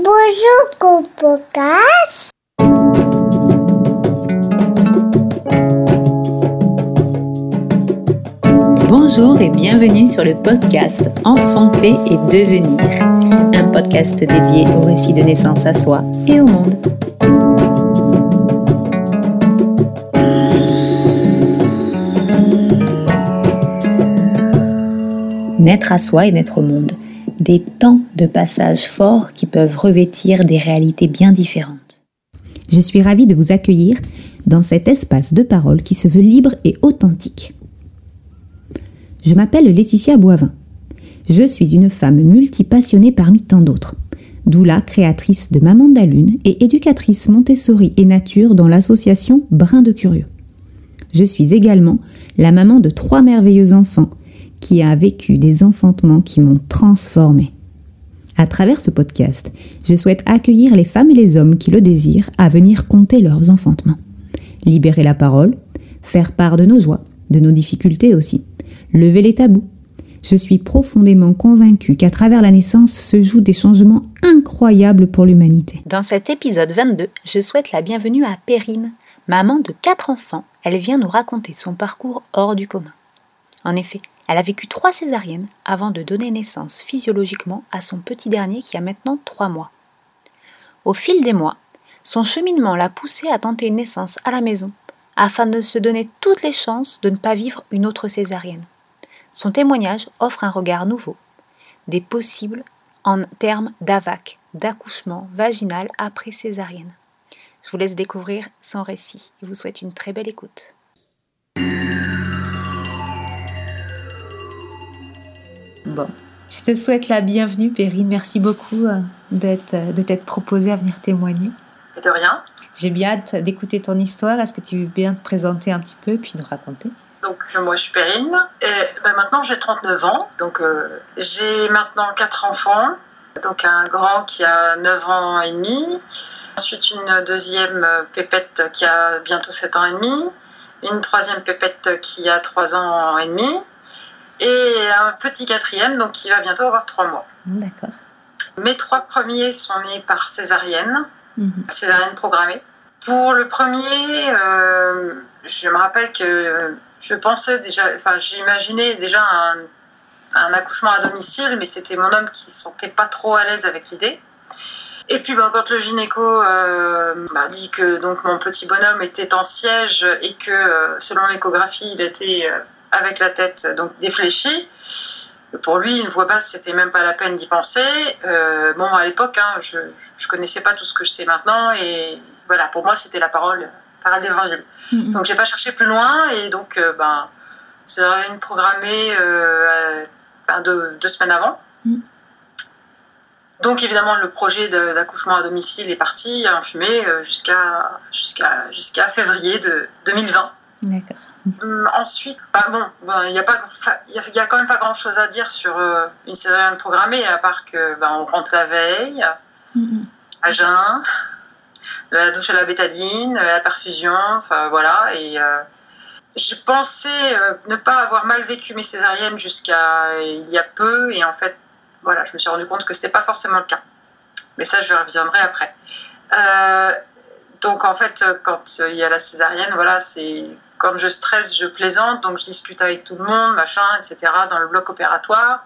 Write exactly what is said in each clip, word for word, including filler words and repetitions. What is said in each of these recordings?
Bonjour, Copocas. Bonjour et bienvenue sur le podcast Enfanter et devenir, un podcast dédié au récit de naissance à soi et au monde. Naître à soi et naître au monde, des temps de passage forts qui peuvent revêtir des réalités bien différentes. Je suis ravie de vous accueillir dans cet espace de parole qui se veut libre et authentique. Je m'appelle Laetitia Boivin. Je suis une femme multipassionnée parmi tant d'autres. Doula, créatrice de Maman de la Lune et éducatrice Montessori et Nature dans l'association Brin de Curieux. Je suis également la maman de trois merveilleux enfants qui a vécu des enfantements qui m'ont transformée. À travers ce podcast, je souhaite accueillir les femmes et les hommes qui le désirent à venir conter leurs enfantements. Libérer la parole, faire part de nos joies, de nos difficultés aussi, lever les tabous. Je suis profondément convaincue qu'à travers la naissance se jouent des changements incroyables pour l'humanité. Dans cet épisode vingt-deux, je souhaite la bienvenue à Perrine, maman de quatre enfants. Elle vient nous raconter son parcours hors du commun. En effet, elle a vécu trois césariennes avant de donner naissance physiologiquement à son petit dernier qui a maintenant trois mois. Au fil des mois, son cheminement l'a poussée à tenter une naissance à la maison afin de se donner toutes les chances de ne pas vivre une autre césarienne. Son témoignage offre un regard nouveau, des possibles en termes d'A V A C, d'accouchement vaginal après césarienne. Je vous laisse découvrir son récit et vous souhaite une très belle écoute. Bon, je te souhaite la bienvenue, Perrine. Merci beaucoup euh, d'être, euh, de t'être proposée à venir témoigner. Et de rien. J'ai bien hâte d'écouter ton histoire. Est-ce que tu veux bien te présenter un petit peu et puis nous raconter ? Donc, moi, je suis Perrine. Et ben, maintenant, j'ai trente-neuf ans. Donc, euh, j'ai maintenant quatre enfants. Donc, un grand qui a neuf ans et demi. Ensuite, une deuxième pépette qui a bientôt sept ans et demi. Une troisième pépette qui a trois ans et demi. Et un petit quatrième, donc qui va bientôt avoir trois mois. D'accord. Mes trois premiers sont nés par césarienne, Mmh. césarienne programmée. Pour le premier, euh, je me rappelle que je pensais déjà, enfin j'imaginais déjà un, un accouchement à domicile, mais c'était mon homme qui ne se sentait pas trop à l'aise avec l'idée. Et puis ben, quand le gynéco euh, m'a dit que donc, mon petit bonhomme était en siège et que euh, selon l'échographie, il était... Euh, avec la tête donc défléchie. Pour lui, une voix basse, c'était même pas la peine d'y penser. Euh, bon, à l'époque, hein, je je connaissais pas tout ce que je sais maintenant, et voilà, pour moi, c'était la parole, parole d'évangile. Mm-hmm. Donc, j'ai pas cherché plus loin, et donc, euh, ben, c'est une programmée euh, ben, deux, deux semaines avant. Mm. Donc, évidemment, le projet de, d'accouchement à domicile est parti en fumée euh, jusqu'à jusqu'à jusqu'à février de deux mille vingt. D'accord. Hum, ensuite, bah bon, il bah, y a pas, il y, y a quand même pas grand chose à dire sur euh, une césarienne programmée, à part que bah, on rentre la veille, mm-hmm. à jeun, la douche à la bétadine, la perfusion, enfin voilà. Et euh, je pensais euh, ne pas avoir mal vécu mes césariennes jusqu'à il y a peu, et en fait, voilà, je me suis rendu compte que c'était pas forcément le cas. Mais ça, je reviendrai après. Euh, donc en fait, quand il y a la césarienne, voilà, c'est quand je stresse, je plaisante, donc je discute avec tout le monde, machin, et cetera, dans le bloc opératoire.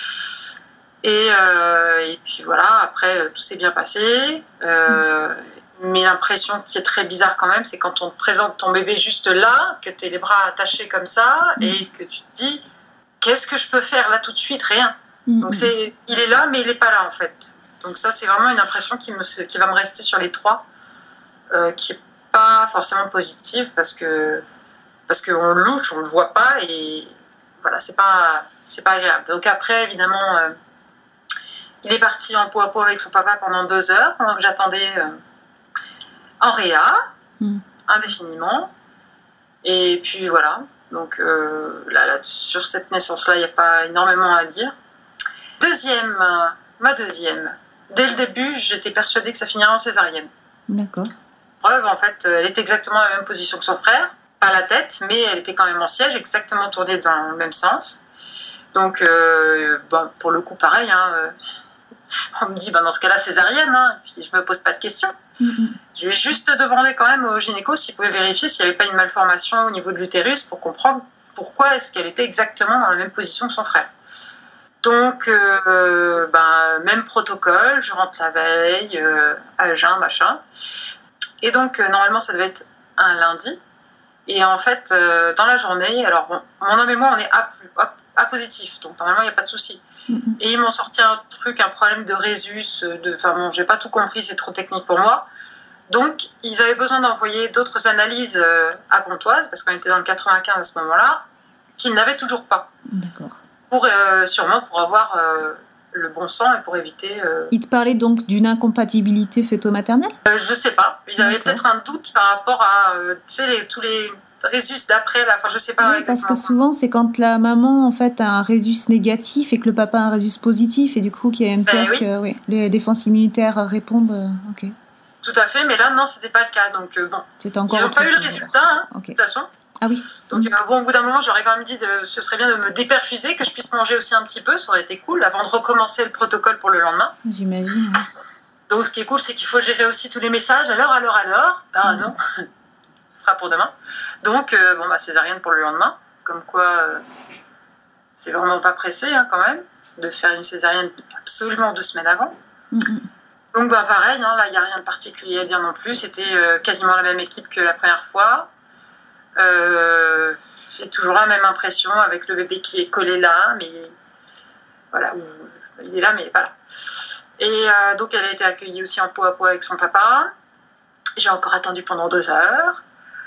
Et, euh, et puis voilà, après, tout s'est bien passé. Euh, mais l'impression qui est très bizarre quand même, c'est quand on te présente ton bébé juste là, que tu as les bras attachés comme ça, et que tu te dis, qu'est-ce que je peux faire là tout de suite ? Rien. Donc c'est, il est là, mais il n'est pas là en fait. Donc ça, c'est vraiment une impression qui, me, qui va me rester sur les trois, euh, qui n'est pas forcément positive, parce que parce qu'on le louche, on le voit pas, et voilà, c'est pas, c'est pas agréable. Donc après, évidemment, euh, il est parti en pot à pot avec son papa pendant deux heures, pendant que j'attendais euh, en réa, mm. indéfiniment. Et puis voilà, donc euh, là, là, sur cette naissance-là, il n'y a pas énormément à dire. Deuxième, euh, ma deuxième, dès le début, j'étais persuadée que ça finirait en césarienne. D'accord. Preuve, en fait, elle était exactement à la même position que son frère. Pas la tête, mais elle était quand même en siège, exactement tournée dans le même sens. Donc, euh, bon, pour le coup, pareil, hein, euh, On me dit, ben, dans ce cas-là, césarienne, hein. Puis je me pose pas de questions. Mm-hmm. Je vais juste demander quand même au gynéco s'il pouvait vérifier s'il n'y avait pas une malformation au niveau de l'utérus pour comprendre pourquoi est-ce qu'elle était exactement dans la même position que son frère. Donc, euh, ben, même protocole, je rentre la veille, euh, à jeun, machin. Et donc, euh, normalement, ça devait être un lundi. Et en fait, euh, dans la journée, alors bon, mon homme et moi, on est A, A, A positif, donc normalement, il n'y a pas de souci. Mm-hmm. Et ils m'ont sorti un truc, un problème de résus, de, enfin bon, j'ai pas tout compris, c'est trop technique pour moi. Donc, ils avaient besoin d'envoyer d'autres analyses euh, à Pontoise, parce qu'on était dans le quatre-vingt-quinze à ce moment-là, qu'ils n'avaient toujours pas. D'accord. Pour, euh, sûrement pour avoir euh, le bon sang et pour éviter... Euh... Ils te parlaient donc d'une incompatibilité fœto-maternelle ? euh, Je sais pas. Ils avaient D'accord. peut-être un doute par rapport à euh, tu sais, les, tous les résus d'après. Là. Enfin, je sais pas. Oui, parce que souvent, c'est quand la maman en fait, a un résus négatif et que le papa a un résus positif et du coup, qu'il y a une peur ben, oui. que oui, les défenses immunitaires répondent. Euh, ok. Tout à fait, mais là, non, c'était pas le cas. Donc, euh, bon. C'était encore ils n'ont pas eu le résultat, hein, okay. de toute façon. Ah oui. Donc, mmh. euh, bon, au bout d'un moment, j'aurais quand même dit que ce serait bien de me déperfuser, que je puisse manger aussi un petit peu, ça aurait été cool, avant de recommencer le protocole pour le lendemain. J'imagine. Ouais. Donc, ce qui est cool, c'est qu'il faut gérer aussi tous les messages. Alors, alors, alors. Ah mmh. non, ce sera pour demain. Donc, euh, bon, bah, césarienne pour le lendemain. Comme quoi, euh, c'est vraiment pas pressé, hein, quand même, de faire une césarienne absolument deux semaines avant. Mmh. Donc, bah, pareil, hein, là, il n'y a rien de particulier à dire non plus. C'était euh, quasiment la même équipe que la première fois. Euh, j'ai toujours la même impression avec le bébé qui est collé là, mais voilà, il est là, mais il n'est pas là. Et euh, donc, elle a été accueillie aussi en peau à peau avec son papa. J'ai encore attendu pendant deux heures.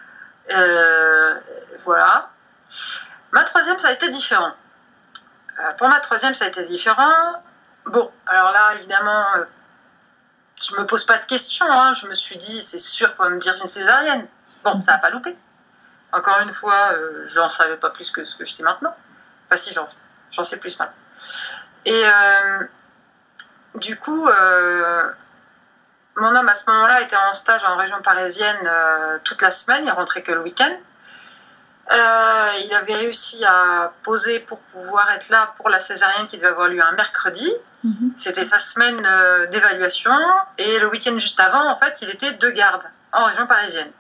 Euh, voilà. Ma troisième, ça a été différent. Euh, pour ma troisième, ça a été différent. Bon, alors là, évidemment, euh, je me pose pas de questions. Hein. Je me suis dit, c'est sûr qu'on va me dire une césarienne. Bon, ça n'a pas loupé. Encore une fois, euh, j'en savais pas plus que ce que je sais maintenant. Enfin, si, j'en, j'en sais plus maintenant. Et euh, du coup, euh, mon homme, à ce moment-là, était en stage en région parisienne euh, toute la semaine. Il rentrait que le week-end. Euh, il avait réussi à poser pour pouvoir être là pour la césarienne qui devait avoir lieu un mercredi. Mm-hmm. C'était sa semaine euh, d'évaluation. Et le week-end juste avant, en fait, il était de garde en région parisienne.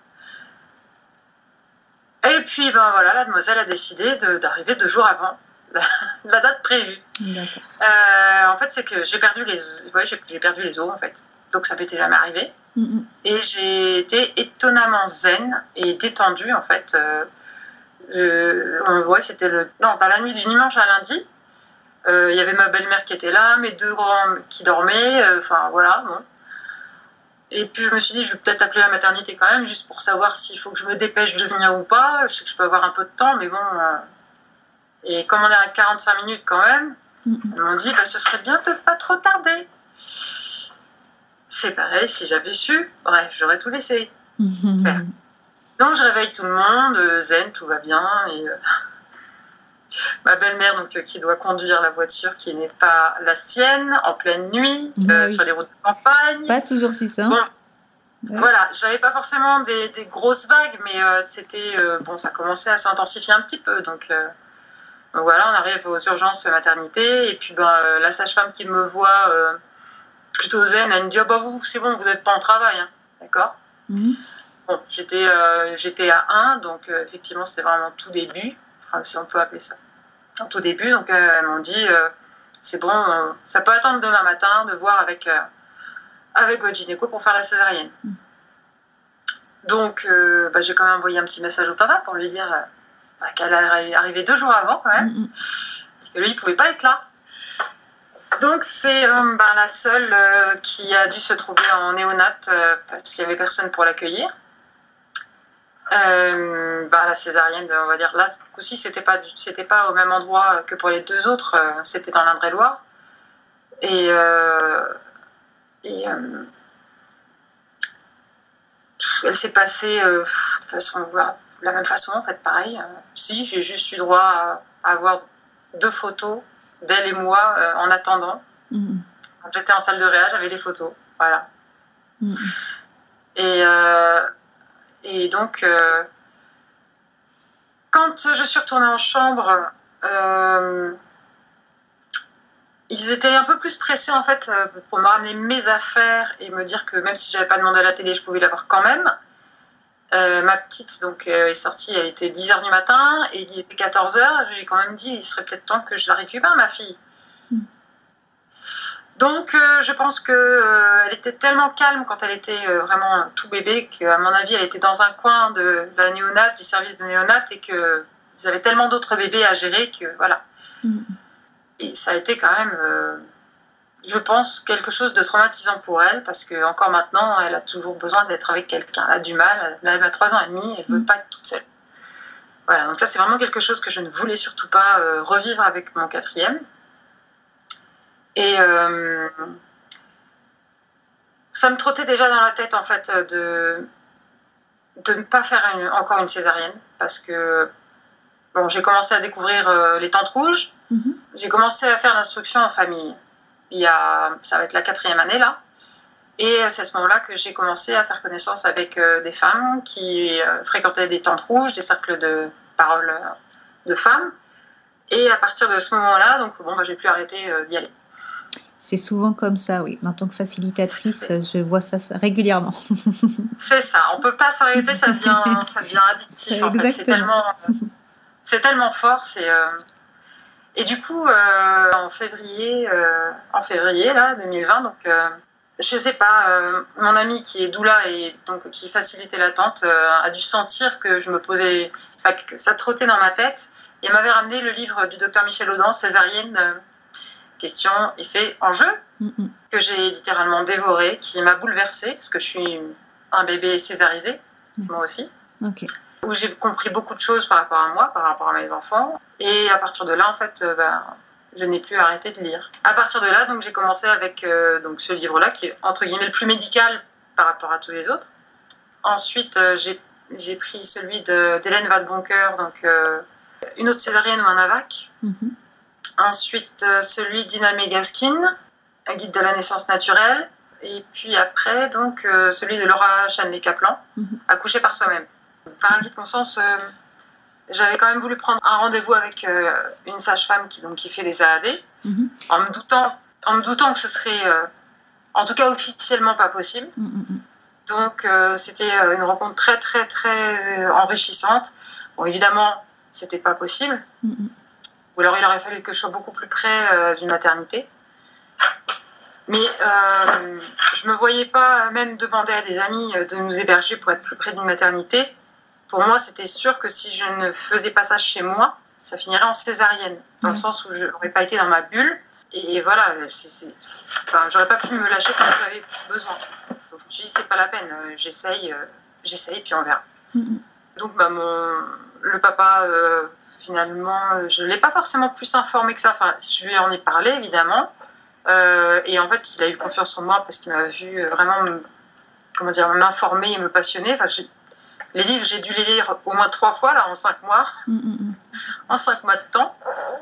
Et puis, ben voilà, la demoiselle a décidé de, d'arriver deux jours avant la, la date prévue. D'accord. Euh, en fait, c'est que j'ai perdu les, ouais, j'ai, j'ai perdu les os, en fait. Donc, ça m'était jamais arrivé. Mm-hmm. Et j'ai été étonnamment zen et détendue, en fait. Euh, je, ouais, c'était le, non, dans la nuit du dimanche à lundi. Il euh, y avait ma belle-mère qui était là, mes deux grands qui dormaient. Enfin, euh, voilà, bon. Et puis je me suis dit, je vais peut-être appeler la maternité quand même, juste pour savoir s'il faut que je me dépêche de venir ou pas. Je sais que je peux avoir un peu de temps, mais bon. Euh... Et comme on est à quarante-cinq minutes quand même, mm-hmm. ils m'ont dit, bah, ce serait bien de pas trop tarder. C'est pareil, si j'avais su, bref, j'aurais tout laissé mm-hmm. faire. Donc je réveille tout le monde, euh, zen, tout va bien. Et euh... ma belle-mère, donc, euh, qui doit conduire la voiture qui n'est pas la sienne, en pleine nuit, oui, euh, oui. sur les routes de campagne. Pas toujours si simple. Bon, ouais. Voilà, j'avais pas forcément des, des grosses vagues, mais euh, c'était, euh, bon, ça commençait à s'intensifier un petit peu. Donc, euh, donc voilà, on arrive aux urgences maternité, et puis ben, euh, la sage-femme qui me voit euh, plutôt zen, elle me dit, oh, bah, vous, c'est bon, vous n'êtes pas en travail, hein. D'accord. Mm-hmm. Bon, j'étais, euh, j'étais à un, donc euh, effectivement, c'était vraiment tout début, enfin, si on peut appeler ça. En tout début, donc euh, elles m'ont dit, euh, c'est bon, euh, ça peut attendre demain matin de voir avec, euh, avec votre gynéco pour faire la césarienne. Mm. Donc, euh, bah, j'ai quand même envoyé un petit message au papa pour lui dire euh, bah, qu'elle est arrivée deux jours avant quand même, mm. et que lui, il ne pouvait pas être là. Donc, c'est euh, bah, la seule euh, qui a dû se trouver en néonate euh, parce qu'il n'y avait personne pour l'accueillir. Euh, bah, la césarienne, on va dire, là, ce coup-ci, c'était pas, c'était pas au même endroit que pour les deux autres, euh, c'était dans l'Indre-et-Loire. Et, euh, et euh, elle s'est passée euh, de façon, de la même façon, en fait, pareil. Euh, si, j'ai juste eu droit à, à avoir deux photos d'elle et moi euh, en attendant. Mmh. Quand j'étais en salle de réa, j'avais des photos, voilà. Mmh. Et euh, Et donc, euh, quand je suis retournée en chambre, euh, ils étaient un peu plus pressés en fait pour me ramener mes affaires et me dire que même si j'avais pas demandé à la télé, je pouvais l'avoir quand même. Euh, ma petite donc euh, est sortie, elle était dix heures du matin et il était quatorze heures. Je lui ai quand même dit il serait peut-être temps que je la récupère, ma fille. Mm. Donc euh, je pense que euh, elle était tellement calme quand elle était euh, vraiment tout bébé qu'à mon avis elle était dans un coin de la néonate, du service de néonate, et qu'ils avaient tellement d'autres bébés à gérer que voilà. Mm. Et ça a été quand même, euh, je pense, quelque chose de traumatisant pour elle, parce que encore maintenant, elle a toujours besoin d'être avec quelqu'un. Elle a du mal, elle a trois ans et demi, elle ne veut pas être toute seule. Voilà, donc ça, c'est vraiment quelque chose que je ne voulais surtout pas euh, revivre avec mon quatrième. Et euh, ça me trottait déjà dans la tête, en fait, de, de ne pas faire une, encore une césarienne, parce que bon, j'ai commencé à découvrir euh, les tentes rouges. Mm-hmm. J'ai commencé à faire l'instruction en famille. Il y a, ça va être la quatrième année là. Et c'est à ce moment-là que j'ai commencé à faire connaissance avec euh, des femmes qui euh, fréquentaient des tentes rouges, des cercles de parole euh, de femmes. Et à partir de ce moment-là, donc bon, bah, j'ai pu arrêter euh, d'y aller. C'est souvent comme ça, oui. En tant que facilitatrice, c'est... je vois ça régulièrement. C'est ça. On peut pas s'arrêter, ça devient, ça devient addictif. En fait. C'est tellement, c'est tellement fort. C'est euh... Et du coup, euh, en février, euh, en février là, deux mille vingt, donc euh, je sais pas, euh, mon ami qui est doula et donc qui facilitait l'attente euh, a dû sentir que je me posais, enfin que ça trottait dans ma tête, et m'avait ramené le livre du docteur Michel Audin, Césarienne, euh, question, effet, enjeu, mm-hmm. que j'ai littéralement dévoré, qui m'a bouleversée parce que je suis un bébé césarisé, mm. moi aussi. Okay. Où j'ai compris beaucoup de choses par rapport à moi, par rapport à mes enfants. Et à partir de là, en fait, euh, ben, je n'ai plus arrêté de lire. À partir de là, donc, j'ai commencé avec euh, donc, ce livre-là, qui est, entre guillemets, le plus médical par rapport à tous les autres. Ensuite, euh, j'ai, j'ai pris celui de, d'Hélène Vadeboncoeur, donc euh, Une autre césarienne ou un AVAC. Mm-hmm. Ensuite, euh, celui d'Ina May Gaskin, Un guide de la naissance naturelle. Et puis après, donc, euh, celui de Laura Shanley-Kaplan, mm-hmm. Accoucher par soi-même. Par un guide de conscience, euh, j'avais quand même voulu prendre un rendez-vous avec euh, une sage-femme qui, donc, qui fait des A A D, mm-hmm. en, me doutant, en me doutant que ce serait, euh, en tout cas officiellement, pas possible. Mm-hmm. Donc, euh, c'était une rencontre très, très, très enrichissante. Bon, évidemment, c'était pas possible. Mm-hmm. Ou alors, il aurait fallu que je sois beaucoup plus près euh, d'une maternité. Mais euh, je ne me voyais pas même demander à des amis de nous héberger pour être plus près d'une maternité. Pour moi, c'était sûr que si je ne faisais pas ça chez moi, ça finirait en césarienne, dans mmh. le sens où je n'aurais pas été dans ma bulle. Et voilà, c'est, c'est, c'est, enfin, j'aurais pas pu me lâcher comme j'avais besoin. Donc je me suis dit, c'est pas la peine, j'essaye, euh, j'essaye, puis on verra. Mmh. Donc bah, mon, le papa, euh, finalement, je ne l'ai pas forcément plus informé que ça. Enfin, je lui en ai parlé, évidemment. Euh, et en fait, il a eu confiance en moi parce qu'il m'a vu vraiment, comment dire, m'informer et me passionner. Enfin, j'ai, les livres, j'ai dû les lire au moins trois fois, là, en cinq mois. Mm-hmm. En cinq mois de temps.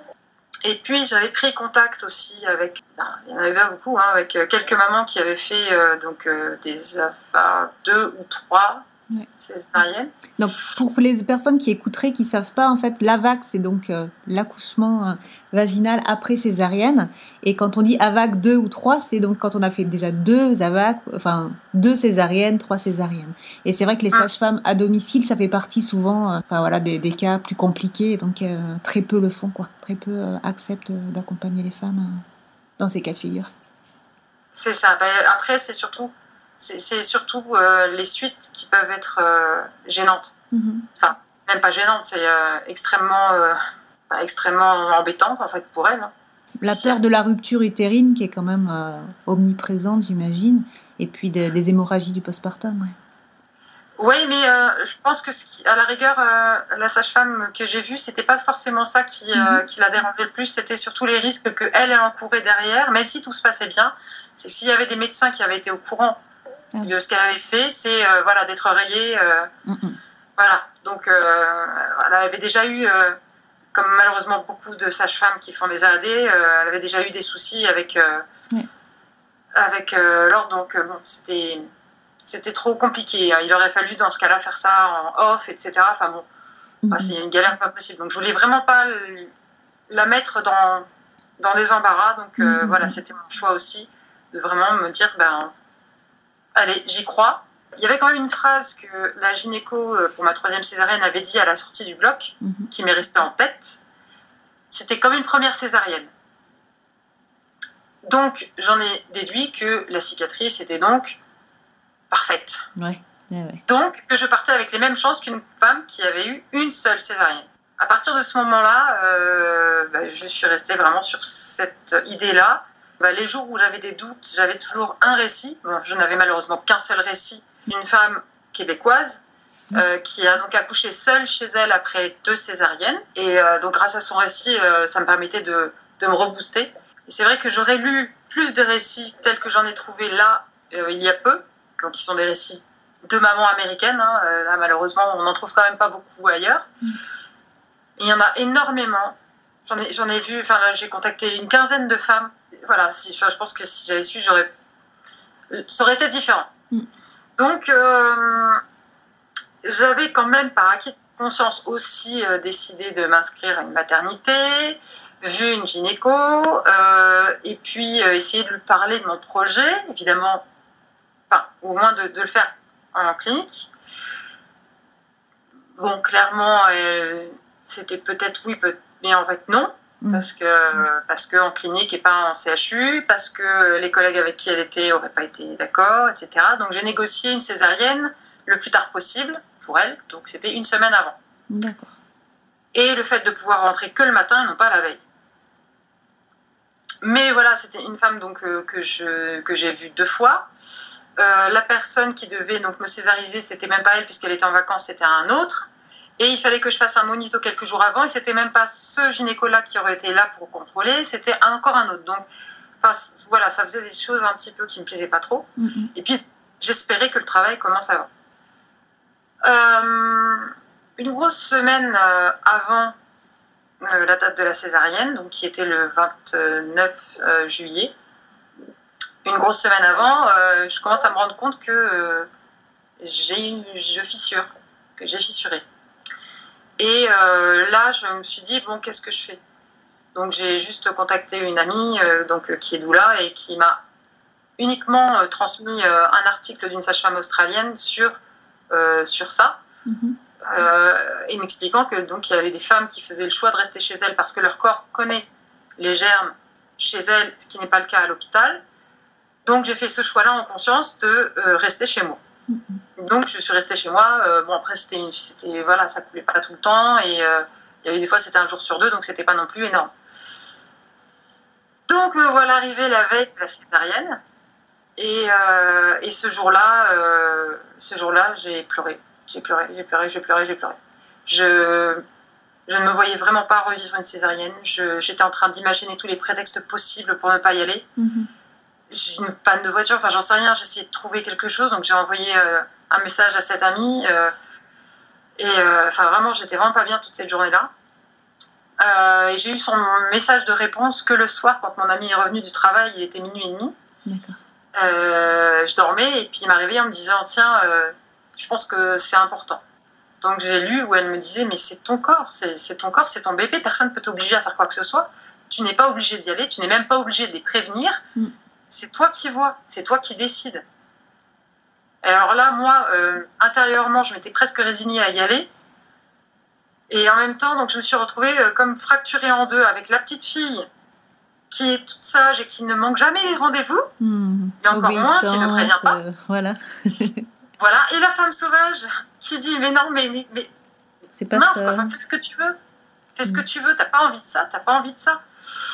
Et puis, j'avais pris contact aussi avec, ben, il y en avait pas beaucoup, hein, avec quelques mamans qui avaient fait euh, donc, euh, des affaires, deux ou trois ouais. césariennes. Donc, pour les personnes qui écouteraient, qui ne savent pas, en fait, l'AVAC, c'est donc euh, l'accouchement euh, vaginal après césarienne. Et quand on dit AVAC deux ou trois, c'est donc quand on a fait déjà deux AVAC, enfin, deux césariennes, trois césariennes. Et c'est vrai que les sages-femmes à domicile, ça fait partie souvent euh, enfin, voilà, des, des cas plus compliqués. Donc, euh, très peu le font, quoi. Très peu euh, acceptent d'accompagner les femmes euh, dans ces cas de figure. C'est ça. Ben, après, c'est surtout... C'est, c'est surtout euh, les suites qui peuvent être euh, gênantes. Mm-hmm. Enfin, même pas gênantes, c'est euh, extrêmement, euh, bah, extrêmement embêtante en fait pour elles. Hein. La peur de la rupture utérine qui est quand même euh, omniprésente, j'imagine, et puis de, des hémorragies du postpartum. Ouais. Oui, mais euh, je pense que ce qui, à la rigueur, euh, la sage-femme que j'ai vue, c'était pas forcément ça qui, mm-hmm. euh, qui la dérangeait le plus, c'était surtout les risques qu'elle, elle encourait derrière, même si tout se passait bien. C'est que s'il y avait des médecins qui avaient été au courant de ce qu'elle avait fait, c'est euh, voilà, d'être rayée. Euh, mm-hmm. Voilà. Donc, euh, elle avait déjà eu, euh, comme malheureusement beaucoup de sages-femmes qui font des A A D, euh, elle avait déjà eu des soucis avec, euh, oui. avec euh, l'ordre. Donc, euh, bon, c'était, c'était trop compliqué. Il aurait fallu, dans ce cas-là, faire ça en off, et cetera. Enfin bon, mm-hmm. bah, c'est une galère pas possible. Donc, je voulais vraiment pas la mettre dans, dans des embarras. Donc euh, mmh. voilà, c'était mon choix aussi de vraiment me dire, ben, allez, j'y crois. Il y avait quand même une phrase que la gynéco pour ma troisième césarienne avait dit à la sortie du bloc, mmh. qui m'est restée en tête. C'était comme une première césarienne. Donc j'en ai déduit que la cicatrice était donc parfaite. Ouais. Ouais, ouais. Donc que je partais avec les mêmes chances qu'une femme qui avait eu une seule césarienne. À partir de ce moment-là, euh, bah, je suis restée vraiment sur cette idée-là. Bah, les jours où j'avais des doutes, j'avais toujours un récit. Bon, je n'avais malheureusement qu'un seul récit. Une femme québécoise mmh. euh, qui a donc accouché seule chez elle après deux césariennes. Et euh, donc grâce à son récit, euh, ça me permettait de, de me rebooster. Et c'est vrai que j'aurais lu plus de récits tels que j'en ai trouvé là, euh, il y a peu, donc qui sont des récits de mamans américaines. Hein. Euh, là, malheureusement, on n'en trouve quand même pas beaucoup ailleurs. Mmh. Il y en a énormément. J'en ai, j'en ai vu, enfin là, j'ai contacté une quinzaine de femmes. Voilà, si, enfin, je pense que si j'avais su, j'aurais, ça aurait été différent. Mm. Donc, euh, j'avais quand même, par acquis de conscience aussi, euh, décidé de m'inscrire à une maternité, vu une gynéco, euh, et puis euh, essayer de lui parler de mon projet, évidemment, enfin, au moins de, de le faire en clinique. Bon, clairement, euh, c'était peut-être oui, peut- mais en fait non, mmh. parce que euh, parce qu'en clinique et pas en C H U, parce que les collègues avec qui elle était n'auraient pas été d'accord, et cetera. Donc j'ai négocié une césarienne le plus tard possible pour elle, donc c'était une semaine avant. D'accord. Et le fait de pouvoir rentrer que le matin et non pas la veille. Mais voilà, c'était une femme donc euh, que je que j'ai vue deux fois. Euh, la personne qui devait donc me césariser, c'était même pas elle puisqu'elle était en vacances, c'était un autre. Et il fallait que je fasse un monito quelques jours avant, et c'était même pas ce gynéco-là qui aurait été là pour contrôler, c'était encore un autre. Donc, enfin, voilà, ça faisait des choses un petit peu qui me plaisaient pas trop. Mm-hmm. Et puis, j'espérais que le travail commence avant. Euh, une grosse semaine euh, avant euh, la date de la césarienne, donc qui était le vingt-neuf euh, juillet, une grosse semaine avant, euh, je commence à me rendre compte que euh, j'ai, je fissure, que j'ai fissuré. Et euh, là, je me suis dit, bon, qu'est-ce que je fais ? Donc, j'ai juste contacté une amie euh, donc, euh, qui est doula et qui m'a uniquement euh, transmis euh, un article d'une sage-femme australienne sur, euh, sur ça, mm-hmm. euh, et m'expliquant que donc, il y avait des femmes qui faisaient le choix de rester chez elles parce que leur corps connaît les germes chez elles, ce qui n'est pas le cas à l'hôpital. Donc, j'ai fait ce choix-là en conscience de euh, rester chez moi. Mm-hmm. Donc, je suis restée chez moi. Euh, bon, après, c'était, une, c'était, voilà, ça coulait pas tout le temps. Et euh, il y avait des fois, c'était un jour sur deux, donc c'était pas non plus énorme. Donc, me voilà arrivée la veille de la césarienne. Et, euh, et ce jour-là, euh, ce jour-là, j'ai pleuré. J'ai pleuré, j'ai pleuré, j'ai pleuré, j'ai pleuré. Je, je ne me voyais vraiment pas revivre une césarienne. Je, j'étais en train d'imaginer tous les prétextes possibles pour ne pas y aller. Mm-hmm. J'ai une panne de voiture, enfin j'en sais rien, j'ai essayé de trouver quelque chose, donc j'ai envoyé euh, un message à cette amie, euh, et euh, enfin vraiment j'étais vraiment pas bien toute cette journée-là. Euh, et j'ai eu son message de réponse que le soir, quand mon ami est revenu du travail, il était minuit et demi. D'accord. Euh, je dormais, et puis il m'a réveillée en me disant, tiens, euh, je pense que c'est important. Donc j'ai lu où elle me disait, mais c'est ton corps, c'est, c'est ton corps, c'est ton bébé, personne ne peut t'obliger à faire quoi que ce soit, tu n'es pas obligé d'y aller, tu n'es même pas obligé de les prévenir. Mm. C'est toi qui vois, c'est toi qui décides. Et alors là, moi, euh, intérieurement, je m'étais presque résignée à y aller. Et en même temps, donc, je me suis retrouvée euh, comme fracturée en deux avec la petite fille qui est toute sage et qui ne manque jamais les rendez-vous. Mmh, et encore moins, qui ne prévient pas. Euh, voilà. Voilà. Et la femme sauvage qui dit, mais non, mais, mais, mais c'est pas mince, ça. Quoi, enfin, fais ce que tu veux. Fais ce mmh. que tu veux, t'as pas envie de ça, t'as pas envie de ça.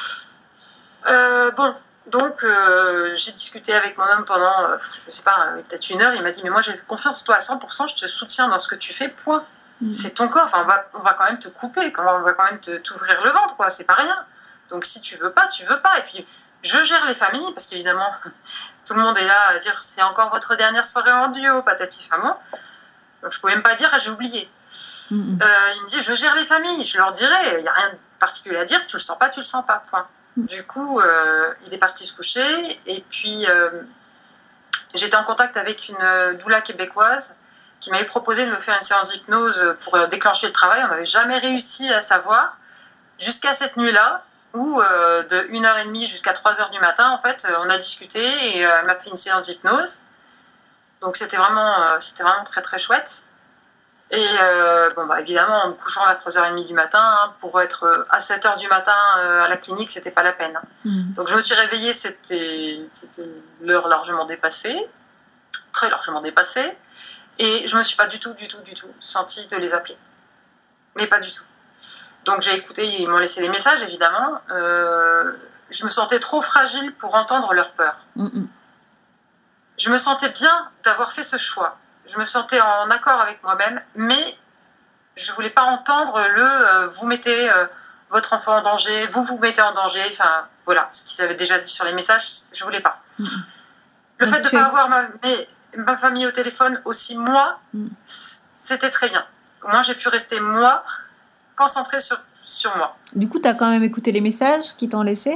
Euh, bon. Donc, euh, j'ai discuté avec mon homme pendant, euh, je sais pas, peut-être une heure. Il m'a dit, mais moi, j'ai confiance en toi à cent pour cent, je te soutiens dans ce que tu fais, point. Mmh. C'est ton corps, enfin, on va, on va quand même te couper, on va quand même te, t'ouvrir le ventre, quoi, c'est pas rien. Donc, si tu veux pas, tu veux pas. Et puis, je gère les familles, parce qu'évidemment, tout le monde est là à dire, c'est encore votre dernière soirée en duo, patati famo. Donc, je pouvais même pas dire, ah, j'ai oublié. Mmh. Euh, il me dit, je gère les familles, je leur dirai, il n'y a rien de particulier à dire, tu le sens pas, tu le sens pas, point. Du coup, euh, il est parti se coucher, et puis euh, j'étais en contact avec une doula québécoise qui m'avait proposé de me faire une séance d'hypnose pour déclencher le travail. On n'avait jamais réussi à savoir jusqu'à cette nuit-là où euh, de une heure trente jusqu'à trois heures du matin, en fait, on a discuté et euh, elle m'a fait une séance d'hypnose. Donc c'était vraiment, euh, c'était vraiment très très chouette. Et euh, bon, bah, évidemment, en me couchant vers trois heures trente du matin, hein, pour être à sept heures du matin euh, à la clinique, c'était pas la peine. Hein. Mmh. Donc je me suis réveillée, c'était, c'était l'heure largement dépassée, très largement dépassée, et je me suis pas du tout, du tout, du tout sentie de les appeler. Mais pas du tout. Donc j'ai écouté, ils m'ont laissé des messages, évidemment. Euh, je me sentais trop fragile pour entendre leur peur. Mmh. Je me sentais bien d'avoir fait ce choix. Je me sentais en accord avec moi-même, mais je ne voulais pas entendre le euh, « vous mettez euh, votre enfant en danger, vous vous mettez en danger », enfin voilà, ce qu'ils avaient déjà dit sur les messages, je ne voulais pas. Mmh. Le Donc fait de ne pas avoir ma, mes, ma famille au téléphone aussi, moi, mmh. c'était très bien. Au moins, j'ai pu rester moi, concentrée sur, sur moi. Du coup, tu as quand même écouté les messages qu'ils t'ont laissés ?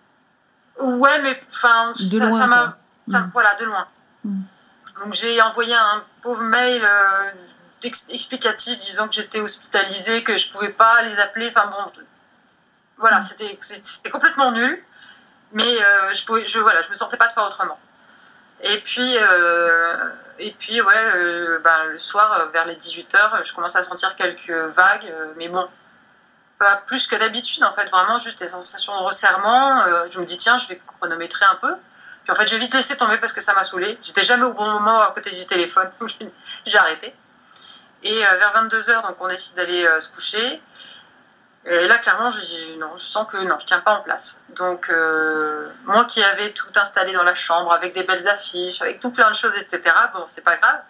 Ouais, mais enfin, ça, ça m'a... Ça, mmh. Voilà, de loin. Mmh. Donc j'ai envoyé un pauvre mail euh, explicatif disant que j'étais hospitalisée, que je ne pouvais pas les appeler. Enfin bon, voilà, mmh. c'était, c'était complètement nul. Mais euh, je ne je, voilà, je me sentais pas de faire autrement. Et puis, euh, et puis ouais, euh, ben, le soir, vers les dix-huit heures, je commençais à sentir quelques vagues. Euh, mais bon, pas plus que d'habitude en fait. Vraiment juste des sensations de resserrement. Euh, je me dis tiens, je vais chronométrer un peu. Puis en fait, j'ai vite laissé tomber parce que ça m'a saoulée. J'étais jamais au bon moment à côté du téléphone. J'ai arrêté. Et euh, vers vingt-deux heures, donc on décide d'aller euh, se coucher. Et là, clairement, je, je, non, je sens que non, je tiens pas en place. Donc, euh, moi qui avais tout installé dans la chambre avec des belles affiches, avec tout plein de choses, et cetera. Bon, c'est pas grave.